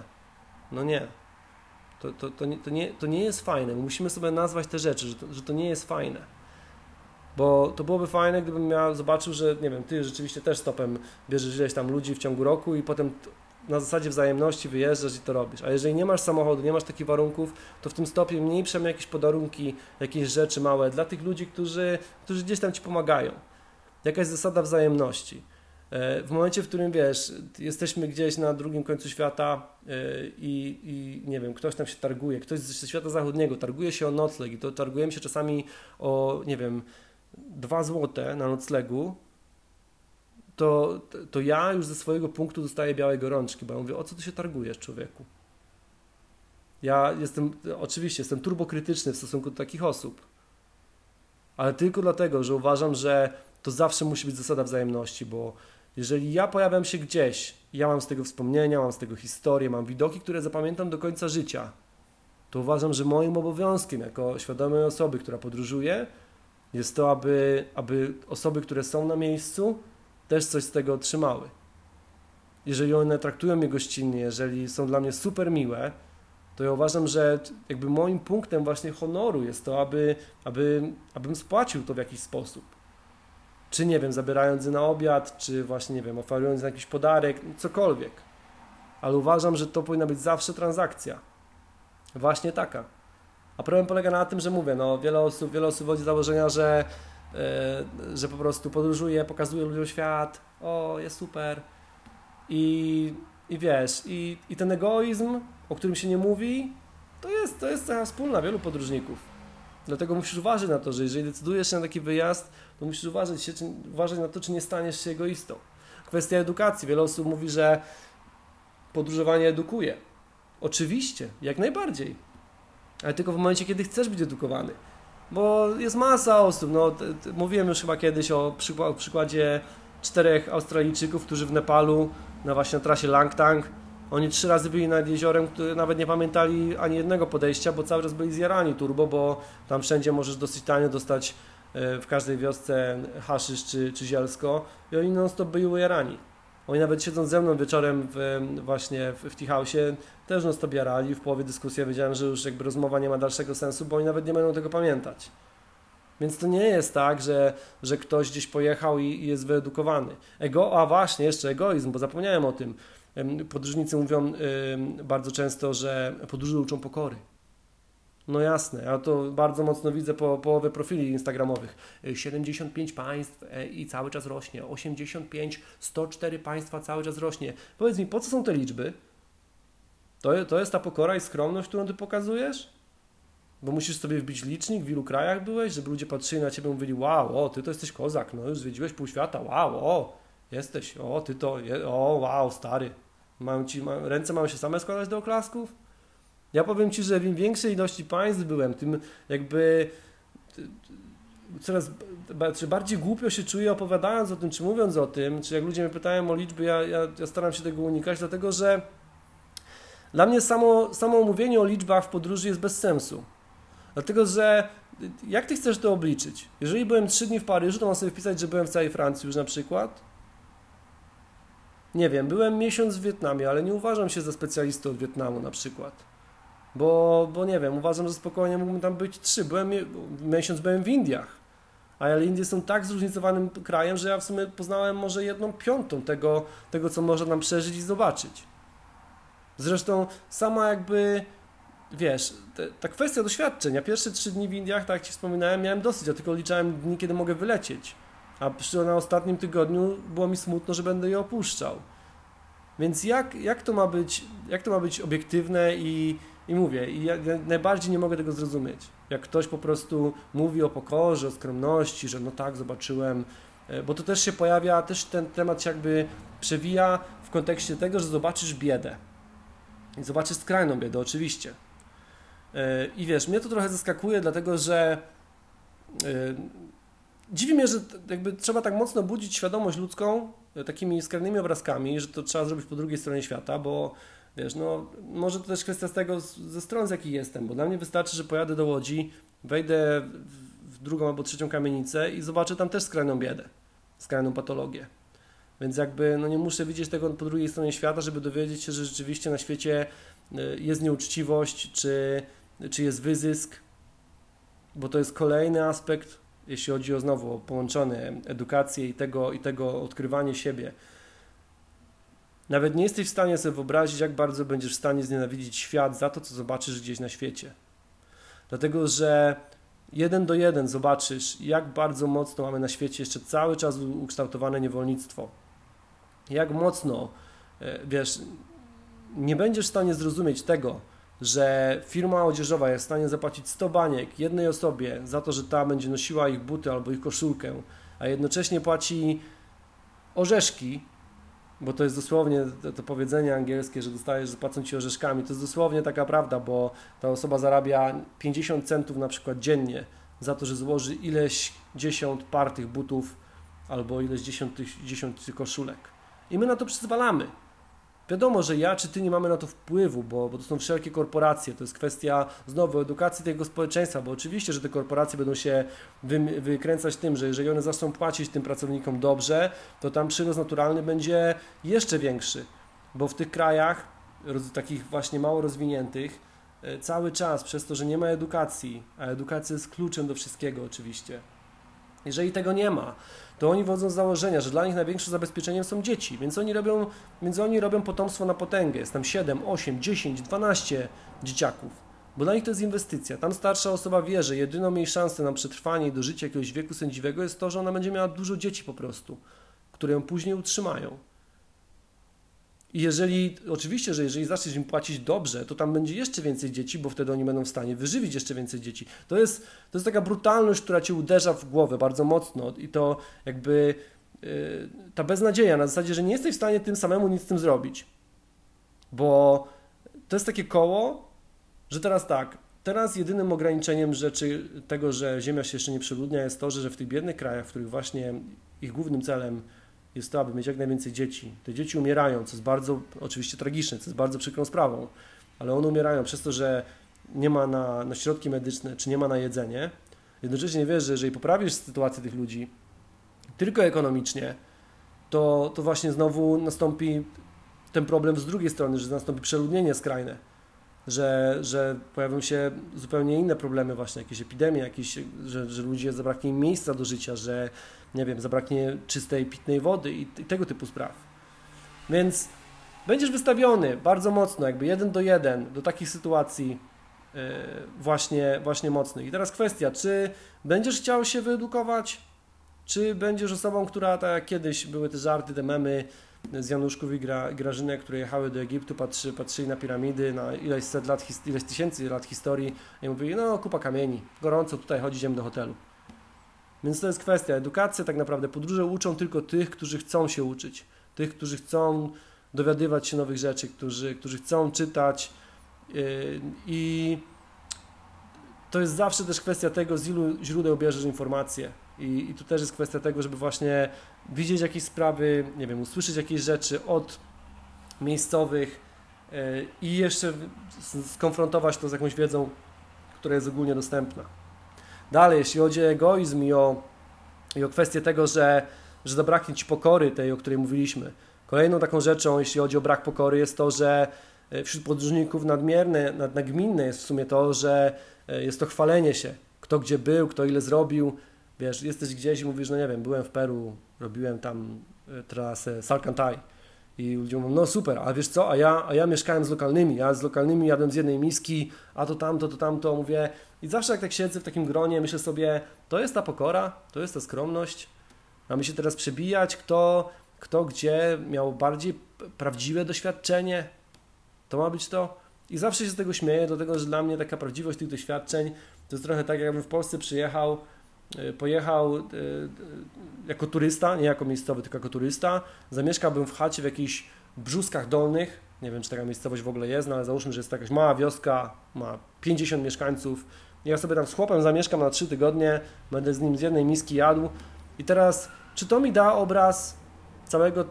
To nie jest fajne. My musimy sobie nazwać te rzeczy, że to nie jest fajne. Bo to byłoby fajne, gdybym zobaczył, że nie wiem, ty rzeczywiście też stopem bierzesz ileś tam ludzi w ciągu roku i potem na zasadzie wzajemności wyjeżdżasz i to robisz. A jeżeli nie masz samochodu, nie masz takich warunków, to w tym stopie mniej przynajmniej jakieś podarunki, jakieś rzeczy małe dla tych ludzi, którzy gdzieś tam ci pomagają. Jakaś zasada wzajemności. W momencie, w którym wiesz, jesteśmy gdzieś na drugim końcu świata i nie wiem, ktoś tam się targuje, ktoś ze świata zachodniego targuje się o nocleg i to targujemy się czasami o, nie wiem, 2 złote na noclegu, to ja już ze swojego punktu dostaję białej gorączki, bo ja mówię, o co ty się targujesz, człowieku? Ja oczywiście jestem turbokrytyczny w stosunku do takich osób, ale tylko dlatego, że uważam, że to zawsze musi być zasada wzajemności, bo jeżeli ja pojawiam się gdzieś, ja mam z tego wspomnienia, mam z tego historię, mam widoki, które zapamiętam do końca życia, to uważam, że moim obowiązkiem jako świadomej osoby, która podróżuje, jest to, aby osoby, które są na miejscu, też coś z tego otrzymały. Jeżeli one traktują mnie gościnnie, jeżeli są dla mnie super miłe, to ja uważam, że jakby moim punktem właśnie honoru jest to, abym spłacił to w jakiś sposób. Czy nie wiem, zabierając je na obiad, czy właśnie nie wiem, oferując jakiś podarek, cokolwiek. Ale uważam, że to powinna być zawsze transakcja. Właśnie taka. A problem polega na tym, że mówię, no wiele osób wychodzi z założenia, że po prostu podróżuje, pokazuje ludziom świat, o, jest super. I wiesz, i ten egoizm, o którym się nie mówi, to jest cecha wspólna wielu podróżników. Dlatego musisz uważać na to, że jeżeli decydujesz się na taki wyjazd, to musisz uważać na to, czy nie staniesz się egoistą. Kwestia edukacji. Wiele osób mówi, że podróżowanie edukuje. Oczywiście, jak najbardziej. Ale tylko w momencie, kiedy chcesz być edukowany. Bo jest masa osób. No, mówiłem już chyba kiedyś o przykładzie 4 Australijczyków, którzy w Nepalu, na trasie Langtang, oni 3 razy byli nad jeziorem, które nawet nie pamiętali ani jednego podejścia, bo cały czas byli zjarani turbo, bo tam wszędzie możesz dosyć tanio dostać w każdej wiosce haszysz czy zielsko i oni non-stop byli ujarani. Oni nawet siedząc ze mną wieczorem właśnie w Tea House'ie też non-stop jarali. W połowie dyskusji ja wiedziałem, że już jakby rozmowa nie ma dalszego sensu, bo oni nawet nie będą tego pamiętać. Więc to nie jest tak, że ktoś gdzieś pojechał i jest wyedukowany. A właśnie, jeszcze egoizm, bo zapomniałem o tym. Podróżnicy mówią bardzo często, że podróże uczą pokory. No jasne, ja to bardzo mocno widzę po połowie profili instagramowych. 75 państw i cały czas rośnie. 85, 104 państwa cały czas rośnie. Powiedz mi, po co są te liczby? To jest ta pokora i skromność, którą ty pokazujesz? Bo musisz sobie wbić licznik, w ilu krajach byłeś, żeby ludzie patrzyli na ciebie i mówili, wow, o, ty to jesteś kozak, no już zwiedziłeś pół świata, wow, o, jesteś, o, ty to, o, wow, stary. Ręce mają się same składać do oklasków? Ja powiem ci, że im większej ilości państw byłem, tym jakby coraz bardziej głupio się czuję opowiadając o tym, czy mówiąc o tym, czy jak ludzie mnie pytają o liczby, ja staram się tego unikać, dlatego że dla mnie samo mówienie o liczbach w podróży jest bez sensu. Dlatego, że jak ty chcesz to obliczyć? Jeżeli byłem 3 dni w Paryżu, to mam sobie wpisać, że byłem w całej Francji już na przykład. Nie wiem, byłem miesiąc w Wietnamie, ale nie uważam się za specjalistę od Wietnamu na przykład. Bo nie wiem, uważam, że spokojnie mógłbym tam być 3. Miesiąc byłem w Indiach. Ale Indie są tak zróżnicowanym krajem, że ja w sumie poznałem może 1/5 tego, co można nam przeżyć i zobaczyć. Zresztą sama jakby, wiesz, ta kwestia doświadczeń. Ja pierwsze 3 dni w Indiach, tak jak ci wspominałem, miałem dosyć. Ja tylko liczałem dni, kiedy mogę wylecieć. A na ostatnim tygodniu było mi smutno, że będę je opuszczał. Więc jak to ma być obiektywne i mówię, ja najbardziej nie mogę tego zrozumieć. Jak ktoś po prostu mówi o pokorze, o skromności, że no tak, zobaczyłem, bo to też się pojawia, też ten temat się jakby przewija w kontekście tego, że zobaczysz biedę. I zobaczysz skrajną biedę, oczywiście. I wiesz, mnie to trochę zaskakuje, dlatego że dziwi mnie, że jakby trzeba tak mocno budzić świadomość ludzką takimi skrajnymi obrazkami, że to trzeba zrobić po drugiej stronie świata, bo Wiesz, no może to też kwestia z tego, ze stron, z jakich jestem, bo dla mnie wystarczy, że pojadę do Łodzi, wejdę w drugą albo trzecią kamienicę i zobaczę tam też skrajną biedę, skrajną patologię. Więc jakby no nie muszę widzieć tego po drugiej stronie świata, żeby dowiedzieć się, że rzeczywiście na świecie jest nieuczciwość, czy jest wyzysk, bo to jest kolejny aspekt, jeśli chodzi o znowu połączone edukację i tego odkrywanie siebie. Nawet nie jesteś w stanie sobie wyobrazić, jak bardzo będziesz w stanie znienawidzić świat za to, co zobaczysz gdzieś na świecie. Dlatego, że 1 do 1 zobaczysz, jak bardzo mocno mamy na świecie jeszcze cały czas ukształtowane niewolnictwo. Jak mocno, wiesz, nie będziesz w stanie zrozumieć tego, że firma odzieżowa jest w stanie zapłacić 100 baniek jednej osobie za to, że ta będzie nosiła ich buty albo ich koszulkę, a jednocześnie płaci orzeszki, bo to jest dosłownie to powiedzenie angielskie, że dostajesz, że płacą ci orzeszkami, to jest dosłownie taka prawda, bo ta osoba zarabia 50 centów na przykład dziennie za to, że złoży ileś 10 par tych butów albo ileś 10 koszulek. I my na to przyzwalamy. Wiadomo, że ja czy ty nie mamy na to wpływu, bo to są wszelkie korporacje, to jest kwestia znowu edukacji tego społeczeństwa, bo oczywiście, że te korporacje będą się wykręcać tym, że jeżeli one zaczną płacić tym pracownikom dobrze, to tam przyrost naturalny będzie jeszcze większy, bo w tych krajach, takich właśnie mało rozwiniętych, cały czas przez to, że nie ma edukacji, a edukacja jest kluczem do wszystkiego oczywiście, jeżeli tego nie ma, to oni wychodzą z założenia, że dla nich największym zabezpieczeniem są dzieci, więc oni robią potomstwo na potęgę. Jest tam 7, 8, 10, 12 dzieciaków, bo dla nich to jest inwestycja. Tam starsza osoba wie, że jedyną jej szansę na przetrwanie i dożycie jakiegoś wieku sędziwego jest to, że ona będzie miała dużo dzieci po prostu, które ją później utrzymają. I oczywiście, że jeżeli zaczniesz im płacić dobrze, to tam będzie jeszcze więcej dzieci, bo wtedy oni będą w stanie wyżywić jeszcze więcej dzieci. To jest taka brutalność, która cię uderza w głowę bardzo mocno i to jakby ta beznadzieja na zasadzie, że nie jesteś w stanie tym samemu nic z tym zrobić. Bo to jest takie koło, że teraz jedynym ograniczeniem rzeczy tego, że Ziemia się jeszcze nie przeludnia, jest to, że w tych biednych krajach, w których właśnie ich głównym celem jest to, aby mieć jak najwięcej dzieci. Te dzieci umierają, co jest bardzo oczywiście tragiczne, co jest bardzo przykrą sprawą, ale one umierają przez to, że nie ma na środki medyczne, czy nie ma na jedzenie. Jednocześnie wiesz, że jeżeli poprawisz sytuację tych ludzi tylko ekonomicznie, to właśnie znowu nastąpi ten problem z drugiej strony, że nastąpi przeludnienie skrajne, że pojawią się zupełnie inne problemy właśnie, jakieś epidemie, że ludzie zabraknie im miejsca do życia, że nie wiem, zabraknie czystej, pitnej wody i tego typu spraw. Więc będziesz wystawiony bardzo mocno, jakby 1 do 1 do takich sytuacji właśnie mocnych. I teraz kwestia, czy będziesz chciał się wyedukować, czy będziesz osobą, która tak jak kiedyś były te żarty, te memy z Januszków i Grażynek, które jechały do Egiptu, patrzyli na piramidy, na ileś tysięcy lat historii i mówili, no kupa kamieni, gorąco tutaj chodzi, idziemy do hotelu. Więc to jest kwestia. Edukacja tak naprawdę, podróże uczą tylko tych, którzy chcą się uczyć, tych, którzy chcą dowiadywać się nowych rzeczy, którzy chcą czytać i to jest zawsze też kwestia tego, z ilu źródeł bierzesz informacje. I tu też jest kwestia tego, żeby właśnie widzieć jakieś sprawy, nie wiem, usłyszeć jakieś rzeczy od miejscowych i jeszcze skonfrontować to z jakąś wiedzą, która jest ogólnie dostępna. Dalej, jeśli chodzi o egoizm i o kwestię tego, że zabraknie ci pokory tej, o której mówiliśmy. Kolejną taką rzeczą, jeśli chodzi o brak pokory, jest to, że wśród podróżników nagminne jest w sumie to, że jest to chwalenie się. Kto gdzie był, kto ile zrobił. Wiesz, jesteś gdzieś i mówisz, no nie wiem, byłem w Peru, robiłem tam trasę Salcantay i ludzie mówią, no super, a wiesz co, a ja mieszkałem z lokalnymi, ja z lokalnymi jadłem z jednej miski, a to tamto, mówię i zawsze jak tak siedzę w takim gronie, myślę sobie, to jest ta pokora, to jest ta skromność, mamy się teraz przebijać, kto gdzie miał bardziej prawdziwe doświadczenie, to ma być to i zawsze się z tego śmieję, dlatego że dla mnie taka prawdziwość tych doświadczeń to jest trochę tak, jakbym w Polsce pojechał jako turysta, nie jako miejscowy, tylko jako turysta, zamieszkałbym w chacie w jakichś Brzuskach Dolnych, nie wiem, czy taka miejscowość w ogóle jest, no ale załóżmy, że jest to jakaś mała wioska, ma 50 mieszkańców, ja sobie tam z chłopem zamieszkam na 3 tygodnie, będę z nim z jednej miski jadł i teraz, czy to mi da obraz całego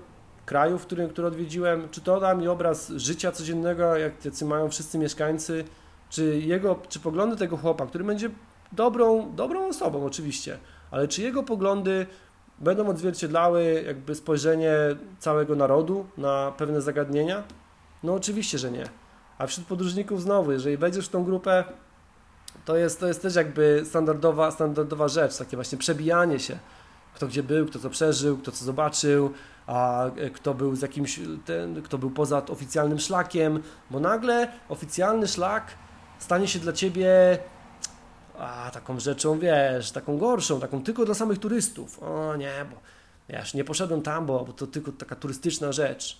kraju, który odwiedziłem, czy to da mi obraz życia codziennego, jacy mają wszyscy mieszkańcy, czy poglądy tego chłopa, który będzie dobrą osobą oczywiście, ale czy jego poglądy będą odzwierciedlały jakby spojrzenie całego narodu na pewne zagadnienia? No oczywiście, że nie. A wśród podróżników znowu, jeżeli wejdziesz w tą grupę, to jest też jakby standardowa rzecz, takie właśnie przebijanie się. Kto gdzie był, kto co przeżył, kto co zobaczył, a kto był poza oficjalnym szlakiem, bo nagle oficjalny szlak stanie się dla ciebie taką rzeczą, wiesz, taką gorszą, taką tylko dla samych turystów. O nie, bo wiesz, nie poszedłem tam, bo to tylko taka turystyczna rzecz.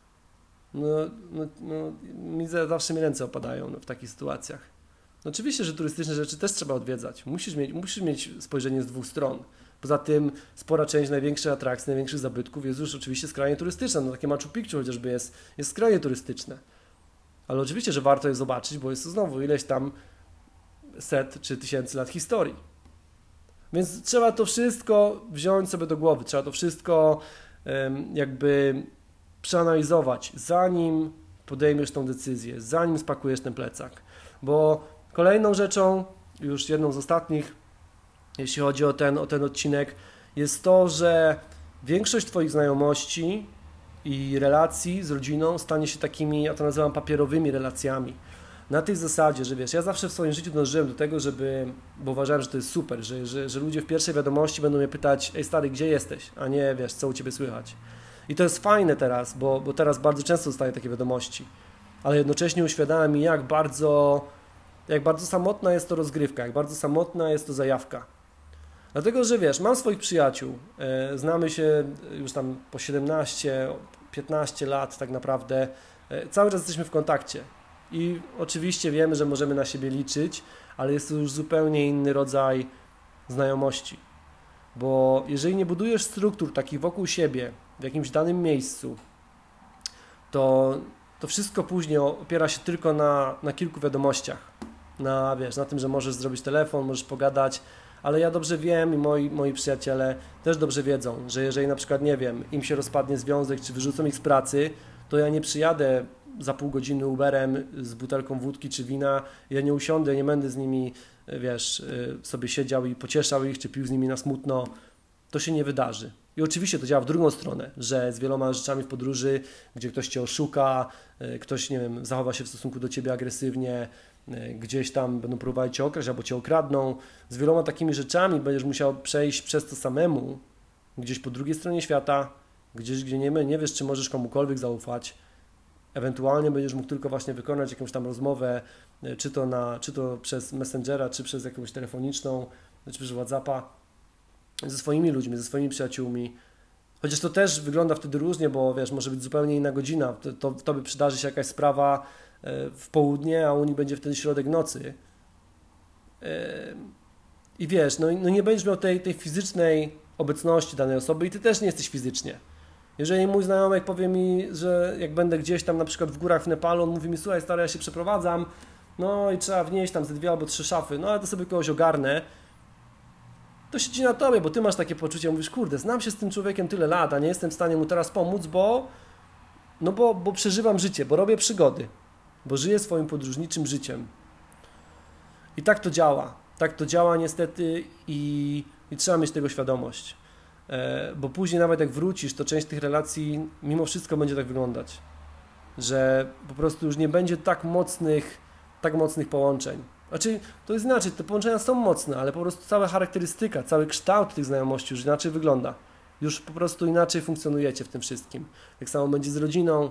Zawsze mi ręce opadają w takich sytuacjach. No oczywiście, że turystyczne rzeczy też trzeba odwiedzać. Musisz mieć spojrzenie z dwóch stron. Poza tym spora część największych atrakcji, największych zabytków jest już oczywiście skrajnie turystyczna. No takie Machu Picchu chociażby jest skrajnie turystyczne. Ale oczywiście, że warto je zobaczyć, bo jest to znowu ileś tam set czy tysięcy lat historii. Więc trzeba to wszystko wziąć sobie do głowy, trzeba to wszystko jakby przeanalizować, zanim podejmiesz tą decyzję, zanim spakujesz ten plecak. Bo kolejną rzeczą, już jedną z ostatnich, jeśli chodzi o ten odcinek, jest to, że większość Twoich znajomości i relacji z rodziną stanie się takimi, ja to nazywam papierowymi relacjami. Na tej zasadzie, że wiesz, ja zawsze w swoim życiu dążyłem do tego, bo uważałem, że to jest super, że ludzie w pierwszej wiadomości będą mnie pytać: ej stary, gdzie jesteś? A nie, wiesz, co u Ciebie słychać. I to jest fajne teraz, bo teraz bardzo często dostaję takie wiadomości, ale jednocześnie uświadamia mi, jak bardzo samotna jest to rozgrywka, jak bardzo samotna jest to zajawka. Dlatego, że wiesz, mam swoich przyjaciół, znamy się już tam po 17-15 lat tak naprawdę, cały czas jesteśmy w kontakcie i oczywiście wiemy, że możemy na siebie liczyć, ale jest to już zupełnie inny rodzaj znajomości, bo jeżeli nie budujesz struktur takich wokół siebie w jakimś danym miejscu, to wszystko później opiera się tylko na kilku wiadomościach, na tym, że możesz zrobić telefon, możesz pogadać, ale ja dobrze wiem i moi przyjaciele też dobrze wiedzą, że jeżeli na przykład, nie wiem, im się rozpadnie związek, czy wyrzucą ich z pracy, to ja nie przyjadę za pół godziny Uberem z butelką wódki czy wina, ja nie usiądę, nie będę z nimi, wiesz, sobie siedział i pocieszał ich, czy pił z nimi na smutno, to się nie wydarzy. I oczywiście to działa w drugą stronę, że z wieloma rzeczami w podróży, gdzie ktoś Cię oszuka, ktoś, nie wiem, zachowa się w stosunku do Ciebie agresywnie, gdzieś tam będą próbowali Cię okraść albo Cię okradną. Z wieloma takimi rzeczami będziesz musiał przejść przez to samemu, gdzieś po drugiej stronie świata, gdzieś, gdzie nie wiesz, czy możesz komukolwiek zaufać. Ewentualnie będziesz mógł tylko właśnie wykonać jakąś tam rozmowę, czy to przez Messengera, czy przez jakąś telefoniczną, czy przez WhatsAppa, ze swoimi ludźmi, ze swoimi przyjaciółmi. Chociaż to też wygląda wtedy różnie, bo wiesz, może być zupełnie inna godzina. Tobie przydarzy się jakaś sprawa w południe, a u nich będzie wtedy środek nocy. I wiesz, no nie będziesz miał tej fizycznej obecności danej osoby i ty też nie jesteś fizycznie. Jeżeli mój znajomek powie mi, że jak będę gdzieś tam na przykład w górach w Nepalu, on mówi mi: słuchaj stary, ja się przeprowadzam, no i trzeba wnieść tam ze 2 albo 3 szafy, no ale to sobie kogoś ogarnę, to siedzi na tobie, bo ty masz takie poczucie, mówisz: kurde, znam się z tym człowiekiem tyle lat, a nie jestem w stanie mu teraz pomóc, bo przeżywam życie, bo robię przygody, bo żyję swoim podróżniczym życiem. I tak to działa. Tak to działa niestety i trzeba mieć tego świadomość. Bo później nawet jak wrócisz, to część tych relacji mimo wszystko będzie tak wyglądać, że po prostu już nie będzie tak mocnych połączeń. Znaczy, to jest inaczej, te połączenia są mocne, ale po prostu cała charakterystyka, cały kształt tych znajomości już inaczej wygląda. Już po prostu inaczej funkcjonujecie w tym wszystkim. Tak samo będzie z rodziną.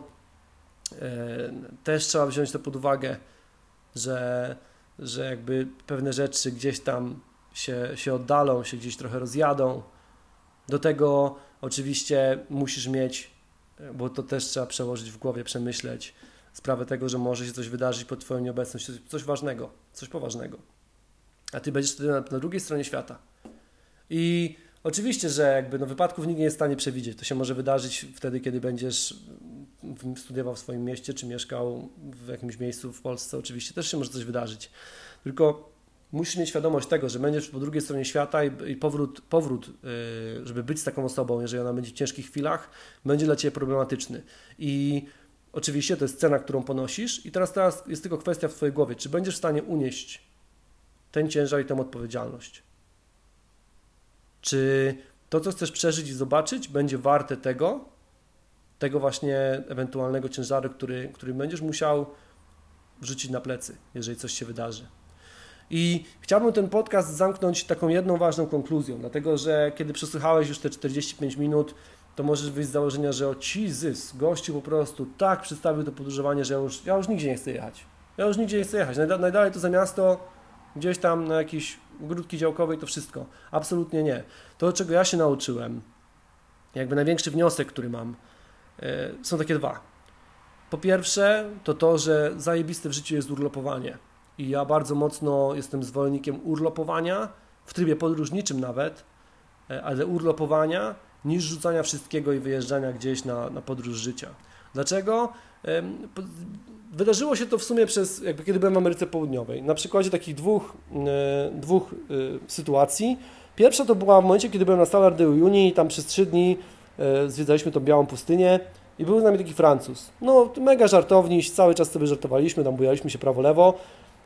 Też trzeba wziąć to pod uwagę, że jakby pewne rzeczy gdzieś tam się oddalą, się gdzieś trochę rozjadą. Do tego oczywiście musisz mieć, bo to też trzeba przełożyć w głowie, przemyśleć sprawę tego, że może się coś wydarzyć pod Twoją nieobecność, coś ważnego, coś poważnego. A Ty będziesz wtedy na drugiej stronie świata. I oczywiście, że jakby wypadków nikt nie jest w stanie przewidzieć. To się może wydarzyć wtedy, kiedy będziesz studiował w swoim mieście, czy mieszkał w jakimś miejscu w Polsce. Oczywiście też się może coś wydarzyć. Tylko musisz mieć świadomość tego, że będziesz po drugiej stronie świata i powrót, żeby być z taką osobą, jeżeli ona będzie w ciężkich chwilach, będzie dla Ciebie problematyczny. I oczywiście to jest cena, którą ponosisz i teraz jest tylko kwestia w Twojej głowie, czy będziesz w stanie unieść ten ciężar i tę odpowiedzialność. Czy to, co chcesz przeżyć i zobaczyć, będzie warte tego właśnie ewentualnego ciężaru, który będziesz musiał wrzucić na plecy, jeżeli coś się wydarzy. I chciałbym ten podcast zamknąć taką jedną ważną konkluzją, dlatego że kiedy przesłuchałeś już te 45 minut, to możesz wyjść z założenia, że o Jesus, gościu po prostu tak przedstawił to podróżowanie, że ja już nigdzie nie chcę jechać. Ja już nigdzie nie chcę jechać. Najdalej to za miasto, gdzieś tam na jakieś ogródki działkowe i to wszystko. Absolutnie nie. To, czego ja się nauczyłem, jakby największy wniosek, który mam, są takie dwa. Po pierwsze, to, że zajebiste w życiu jest urlopowanie. I ja bardzo mocno jestem zwolennikiem urlopowania, w trybie podróżniczym nawet, ale urlopowania niż rzucania wszystkiego i wyjeżdżania gdzieś na podróż życia. Dlaczego? Wydarzyło się to w sumie kiedy byłem w Ameryce Południowej. Na przykładzie takich dwóch sytuacji. Pierwsza to była w momencie, kiedy byłem na Salar de Uyuni i tam przez 3 dni zwiedzaliśmy tą białą pustynię i był z nami taki Francuz. No, mega żartowniś, cały czas sobie żartowaliśmy, tam bujaliśmy się prawo-lewo.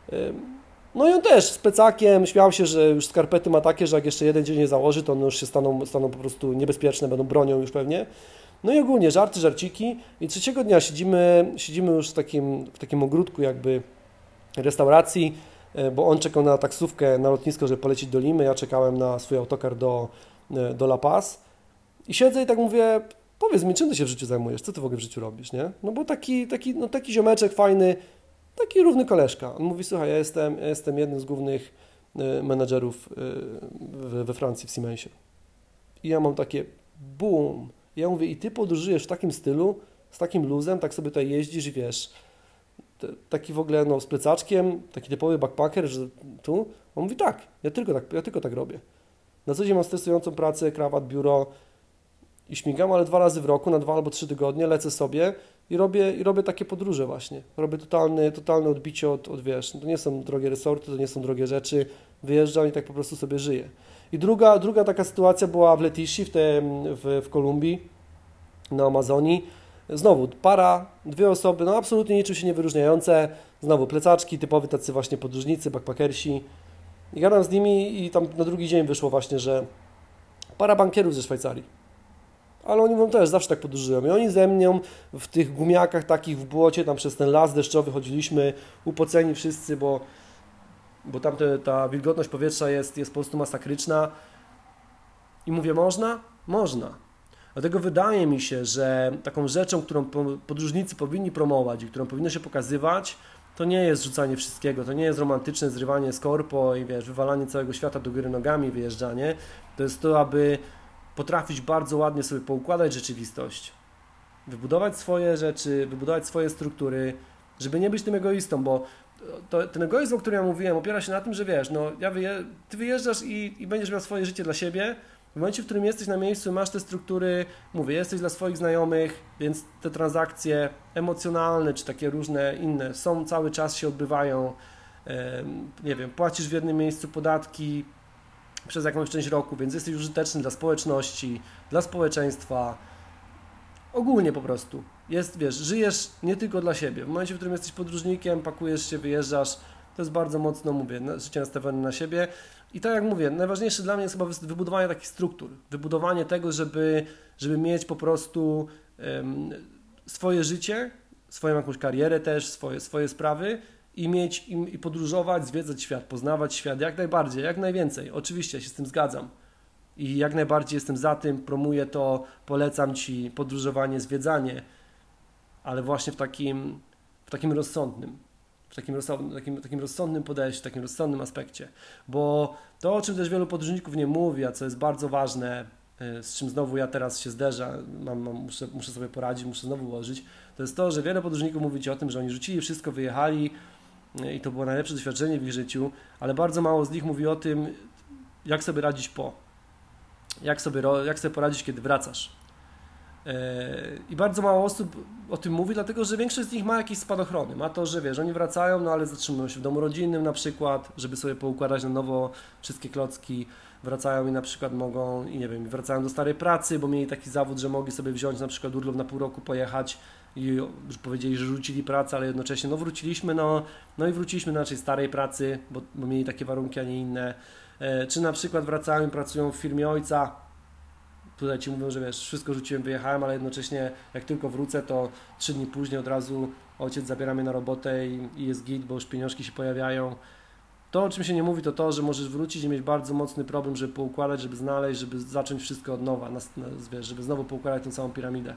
No i on też z plecakiem śmiał się, że już skarpety ma takie, że jak jeszcze jeden dzień nie założy, to one już się staną po prostu niebezpieczne, będą bronią już pewnie. No i ogólnie żarciki i trzeciego dnia siedzimy już w takim ogródku jakby restauracji, bo on czekał na taksówkę na lotnisko, żeby polecieć do Limy, ja czekałem na swój autokar do La Paz i siedzę i tak mówię, powiedz mi, czym ty się w życiu zajmujesz, co ty w ogóle w życiu robisz, nie? No bo taki ziomeczek fajny, taki równy koleżka. On mówi, słuchaj, ja jestem jednym z głównych menadżerów we Francji w Siemensie. I ja mam takie boom. Ja mówię, i ty podróżujesz w takim stylu, z takim luzem, tak sobie tutaj jeździsz i wiesz, taki w ogóle z plecaczkiem, taki typowy backpacker, że tu. On mówi, tak, ja tylko tak robię. Na co dzień mam stresującą pracę, krawat, biuro i śmigam, ale 2 razy w roku, na 2 albo 3 tygodnie lecę sobie i robię takie podróże właśnie. Robię totalne odbicie od wiesz, to nie są drogie resorty, to nie są drogie rzeczy, wyjeżdżam i tak po prostu sobie żyję. I druga taka sytuacja była w Letici, w Kolumbii, na Amazonii. Znowu para, 2 osoby, no absolutnie niczym się nie wyróżniające. Znowu plecaczki, typowi tacy właśnie podróżnicy, backpackersi. I gadam z nimi i tam na drugi dzień wyszło właśnie, że para bankierów ze Szwajcarii. Ale oni mówią też, zawsze tak podróżują. I oni ze mną w tych gumiakach takich w błocie, tam przez ten las deszczowy chodziliśmy, upoceni wszyscy, bo tam ta wilgotność powietrza jest po prostu masakryczna. I mówię, można? Można. Dlatego wydaje mi się, że taką rzeczą, którą podróżnicy powinni promować i którą powinno się pokazywać, to nie jest rzucanie wszystkiego, to nie jest romantyczne zrywanie z korpo i wiesz, wywalanie całego świata do góry nogami, wyjeżdżanie. To jest to, aby potrafić bardzo ładnie sobie poukładać rzeczywistość, wybudować swoje rzeczy, wybudować swoje struktury, żeby nie być tym egoistą, bo ten egoizm, o którym ja mówiłem, opiera się na tym, że wiesz, ty wyjeżdżasz i będziesz miał swoje życie dla siebie. W momencie, w którym jesteś na miejscu, masz te struktury, jesteś dla swoich znajomych, więc te transakcje emocjonalne, czy takie różne inne są, cały czas się odbywają, nie wiem, płacisz w jednym miejscu podatki przez jakąś część roku, więc jesteś użyteczny dla społeczności, dla społeczeństwa, ogólnie po prostu. Żyjesz nie tylko dla siebie. W momencie, w którym jesteś podróżnikiem, pakujesz się, wyjeżdżasz, to jest bardzo mocno, życie nastawione na siebie. I tak jak mówię, najważniejsze dla mnie jest chyba wybudowanie takich struktur, wybudowanie tego, żeby mieć po prostu swoje życie, swoją jakąś karierę też, swoje sprawy i podróżować, zwiedzać świat, poznawać świat jak najbardziej, jak najwięcej. Oczywiście się z tym zgadzam i jak najbardziej jestem za tym, promuję to, polecam Ci podróżowanie, zwiedzanie, ale właśnie w takim rozsądnym. W takim rozsądnym podejściu, w takim rozsądnym aspekcie. Bo to, o czym też wielu podróżników nie mówi, a co jest bardzo ważne, z czym znowu ja teraz się zderzę, muszę sobie poradzić, muszę znowu ułożyć, to jest to, że wiele podróżników mówi Ci o tym, że oni rzucili wszystko, wyjechali i to było najlepsze doświadczenie w ich życiu, ale bardzo mało z nich mówi o tym, jak sobie radzić jak sobie poradzić, kiedy wracasz. I bardzo mało osób o tym mówi, dlatego że większość z nich ma jakieś spadochrony. Ma to, że wiesz, oni wracają, no ale zatrzymują się w domu rodzinnym na przykład, żeby sobie poukładać na nowo wszystkie klocki. Wracają i na przykład mogą, i nie wiem, wracają do starej pracy, bo mieli taki zawód, że mogli sobie wziąć na przykład urlop na pół roku, pojechać i już powiedzieli, że rzucili pracę, ale jednocześnie no wróciliśmy, no i wróciliśmy do naszej starej pracy, bo mieli takie warunki, a nie inne. Czy na przykład wracają i pracują w firmie ojca. Tutaj ci mówią, że wiesz, wszystko rzuciłem, wyjechałem, ale jednocześnie jak tylko wrócę, to 3 dni później od razu ojciec zabiera mnie na robotę i jest git, bo już pieniążki się pojawiają. To, o czym się nie mówi, to to, że możesz wrócić i mieć bardzo mocny problem, żeby poukładać, żeby znaleźć, żeby zacząć wszystko od nowa, wiesz, żeby znowu poukładać tę całą piramidę.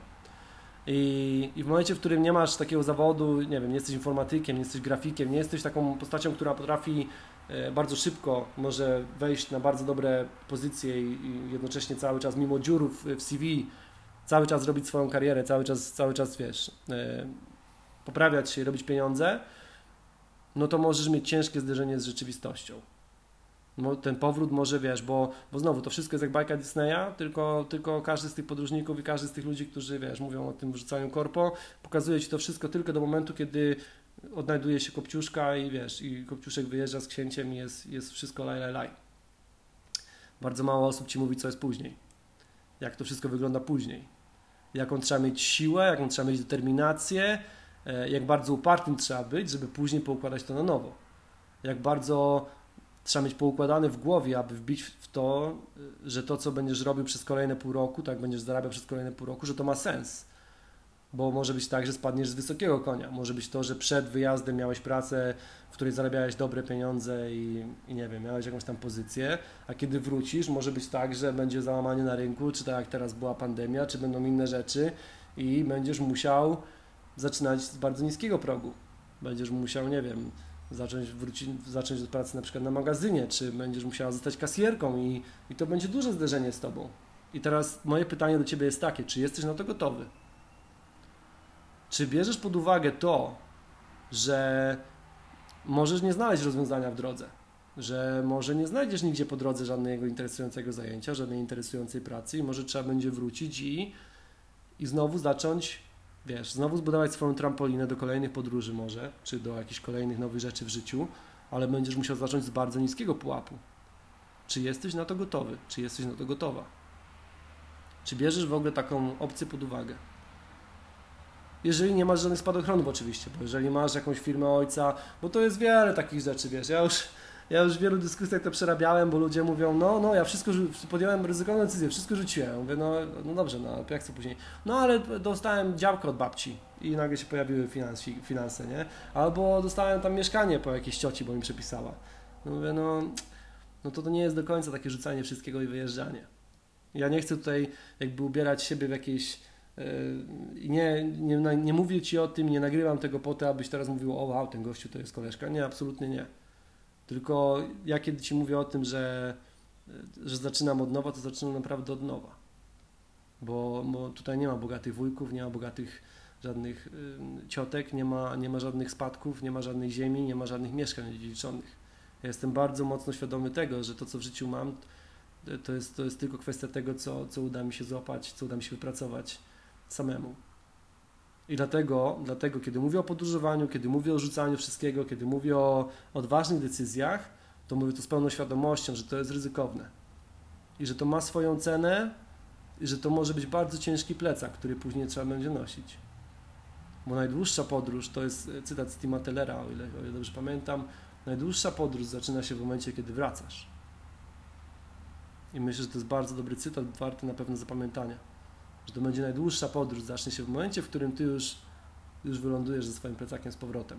I w momencie, w którym nie masz takiego zawodu, nie wiem, nie jesteś informatykiem, nie jesteś grafikiem, nie jesteś taką postacią, która potrafi bardzo szybko może wejść na bardzo dobre pozycje i jednocześnie cały czas, mimo dziurów w CV, cały czas robić swoją karierę, cały czas wiesz, poprawiać się i robić pieniądze, no to możesz mieć ciężkie zderzenie z rzeczywistością. Ten powrót może, wiesz, bo znowu to wszystko jest jak bajka Disneya, tylko każdy z tych podróżników i każdy z tych ludzi, którzy, wiesz, mówią o tym wrzucaniu korpo, pokazuje ci to wszystko tylko do momentu, kiedy odnajduje się Kopciuszka i wiesz, i Kopciuszek wyjeżdża z księciem i jest wszystko laj. Bardzo mało osób ci mówi, co jest później. Jak to wszystko wygląda później. Jaką trzeba mieć siłę, jaką trzeba mieć determinację, jak bardzo upartym trzeba być, żeby później poukładać to na nowo. Jak bardzo trzeba mieć poukładane w głowie, aby wbić w to, że to, co będziesz robił przez kolejne pół roku, tak będziesz zarabiał przez kolejne pół roku, że to ma sens. Bo może być tak, że spadniesz z wysokiego konia. Może być to, że przed wyjazdem miałeś pracę, w której zarabiałeś dobre pieniądze i nie wiem, miałeś jakąś tam pozycję, a kiedy wrócisz, może być tak, że będzie załamanie na rynku, czy tak jak teraz była pandemia, czy będą inne rzeczy i będziesz musiał zaczynać z bardzo niskiego progu. Będziesz musiał, nie wiem, zacząć do pracy na przykład na magazynie, czy będziesz musiała zostać kasjerką i to będzie duże zderzenie z tobą. I teraz moje pytanie do ciebie jest takie, czy jesteś na to gotowy? Czy bierzesz pod uwagę to, że możesz nie znaleźć rozwiązania w drodze, że może nie znajdziesz nigdzie po drodze żadnego interesującego zajęcia, żadnej interesującej pracy i może trzeba będzie wrócić i znowu zacząć, wiesz, znowu zbudować swoją trampolinę do kolejnych podróży może, czy do jakichś kolejnych nowych rzeczy w życiu, ale będziesz musiał zacząć z bardzo niskiego pułapu. Czy jesteś na to gotowy? Czy jesteś na to gotowa? Czy bierzesz w ogóle taką opcję pod uwagę? Jeżeli nie masz żadnych spadochronów oczywiście, bo jeżeli masz jakąś firmę ojca, bo to jest wiele takich rzeczy, wiesz, ja już w wielu dyskusjach to przerabiałem, bo ludzie mówią, no ja wszystko podjąłem ryzykowną decyzję, wszystko rzuciłem. Mówię, no dobrze, no jak co później? No ale dostałem działkę od babci i nagle się pojawiły finanse, nie? Albo dostałem tam mieszkanie po jakiejś cioci, bo mi przepisała. No mówię, no to nie jest do końca takie rzucanie wszystkiego i wyjeżdżanie. Ja nie chcę tutaj jakby ubierać siebie w jakieś i nie mówię ci o tym, nie nagrywam tego po to, abyś teraz mówił, o wow, ten gościu to jest koleżka. Nie, absolutnie nie. Tylko ja kiedy ci mówię o tym, że zaczynam od nowa, to zaczynam naprawdę od nowa. Bo tutaj nie ma bogatych wujków, nie ma bogatych żadnych ciotek, nie ma żadnych spadków, nie ma żadnej ziemi, nie ma żadnych mieszkań dziedziczonych. Ja jestem bardzo mocno świadomy tego, że to, co w życiu mam, to jest tylko kwestia tego, co uda mi się złapać, co uda mi się wypracować samemu. I dlatego, kiedy mówię o podróżowaniu, kiedy mówię o rzucaniu wszystkiego, kiedy mówię o odważnych decyzjach, to mówię to z pełną świadomością, że to jest ryzykowne. I że to ma swoją cenę i że to może być bardzo ciężki plecak, który później trzeba będzie nosić. Bo najdłuższa podróż, to jest cytat z Tima Tellera, o ile dobrze pamiętam, najdłuższa podróż zaczyna się w momencie, kiedy wracasz. I myślę, że to jest bardzo dobry cytat, warty na pewno zapamiętania. Że to będzie najdłuższa podróż, zacznie się w momencie, w którym ty już wylądujesz ze swoim plecakiem z powrotem.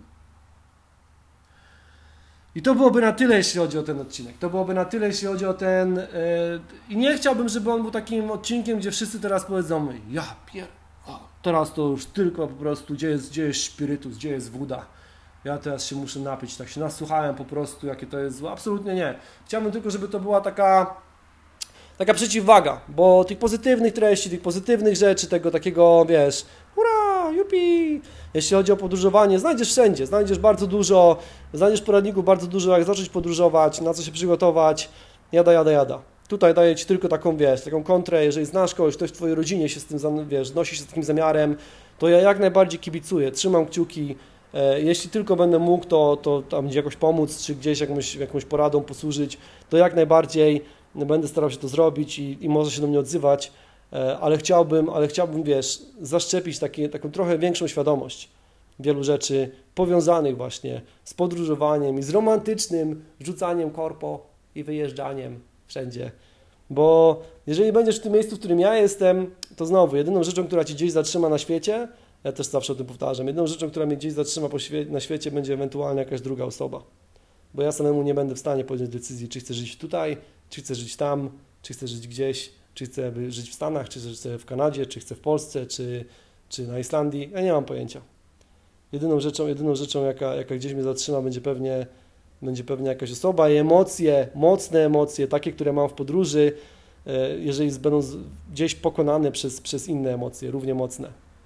I to byłoby na tyle, jeśli chodzi o ten odcinek. To byłoby na tyle, jeśli chodzi o ten... I nie chciałbym, żeby on był takim odcinkiem, gdzie wszyscy teraz powiedzą, teraz to już tylko po prostu, gdzie jest spirytus, gdzie jest woda. Ja teraz się muszę napić, tak się nasłuchałem po prostu, jakie to jest złe. Absolutnie nie. Chciałbym tylko, żeby to była taka przeciwwaga, bo tych pozytywnych treści, tych pozytywnych rzeczy, tego takiego, wiesz, hurra, jupi, jeśli chodzi o podróżowanie, znajdziesz wszędzie, znajdziesz bardzo dużo, znajdziesz poradników bardzo dużo, jak zacząć podróżować, na co się przygotować, jada. Tutaj daję Ci tylko taką, taką kontrę, jeżeli znasz kogoś, ktoś w Twojej rodzinie się z tym, nosi się z takim zamiarem, to ja jak najbardziej kibicuję, trzymam kciuki. Jeśli tylko będę mógł, to tam gdzie jakoś pomóc, czy gdzieś jakąś poradą posłużyć, to jak najbardziej będę starał się to zrobić i może się do mnie odzywać, ale chciałbym, zaszczepić taką trochę większą świadomość wielu rzeczy powiązanych właśnie z podróżowaniem i z romantycznym rzucaniem korpo i wyjeżdżaniem wszędzie. Bo jeżeli będziesz w tym miejscu, w którym ja jestem, to znowu, jedyną rzeczą, która Ci gdzieś zatrzyma na świecie, ja też zawsze o tym powtarzam, jedyną rzeczą, która mnie gdzieś zatrzyma na świecie, będzie ewentualnie jakaś druga osoba. Bo ja samemu nie będę w stanie podjąć decyzji, czy chcę żyć tutaj, czy chcę żyć tam, czy chcę żyć gdzieś, czy chcę żyć w Stanach, czy chcę w Kanadzie, czy chcę w Polsce, czy na Islandii. Ja nie mam pojęcia. Jedyną rzeczą jaka gdzieś mnie zatrzyma, będzie pewnie jakaś osoba i emocje, mocne emocje, takie, które mam w podróży, jeżeli będą gdzieś pokonane przez inne emocje, równie mocne.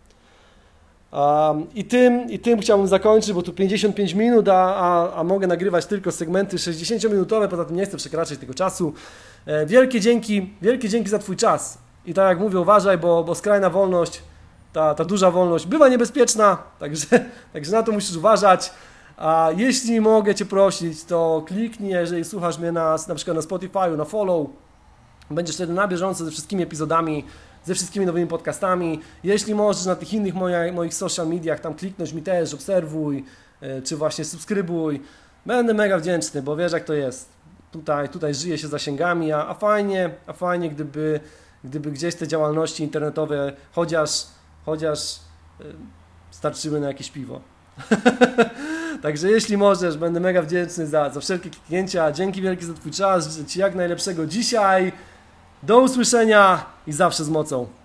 I tym chciałbym zakończyć, bo tu 55 minut, a mogę nagrywać tylko segmenty 60-minutowe, poza tym nie chcę przekraczać tego czasu. Wielkie dzięki za Twój czas. I tak jak mówię, uważaj, bo skrajna wolność, ta duża wolność bywa niebezpieczna, także na to musisz uważać. A jeśli mogę Cię prosić, to kliknij, jeżeli słuchasz mnie na przykład na Spotify, na follow, będziesz wtedy na bieżąco ze wszystkimi epizodami, ze wszystkimi nowymi podcastami. Jeśli możesz na tych innych moich social mediach tam kliknąć mi też, obserwuj, czy właśnie subskrybuj. Będę mega wdzięczny, bo wiesz jak to jest. Tutaj żyje się zasięgami, a fajnie gdyby gdzieś te działalności internetowe chociaż starczyły na jakieś piwo. Także jeśli możesz, będę mega wdzięczny za wszelkie kliknięcia. Dzięki wielkie za Twój czas, życzę Ci jak najlepszego dzisiaj. Do usłyszenia i zawsze z mocą.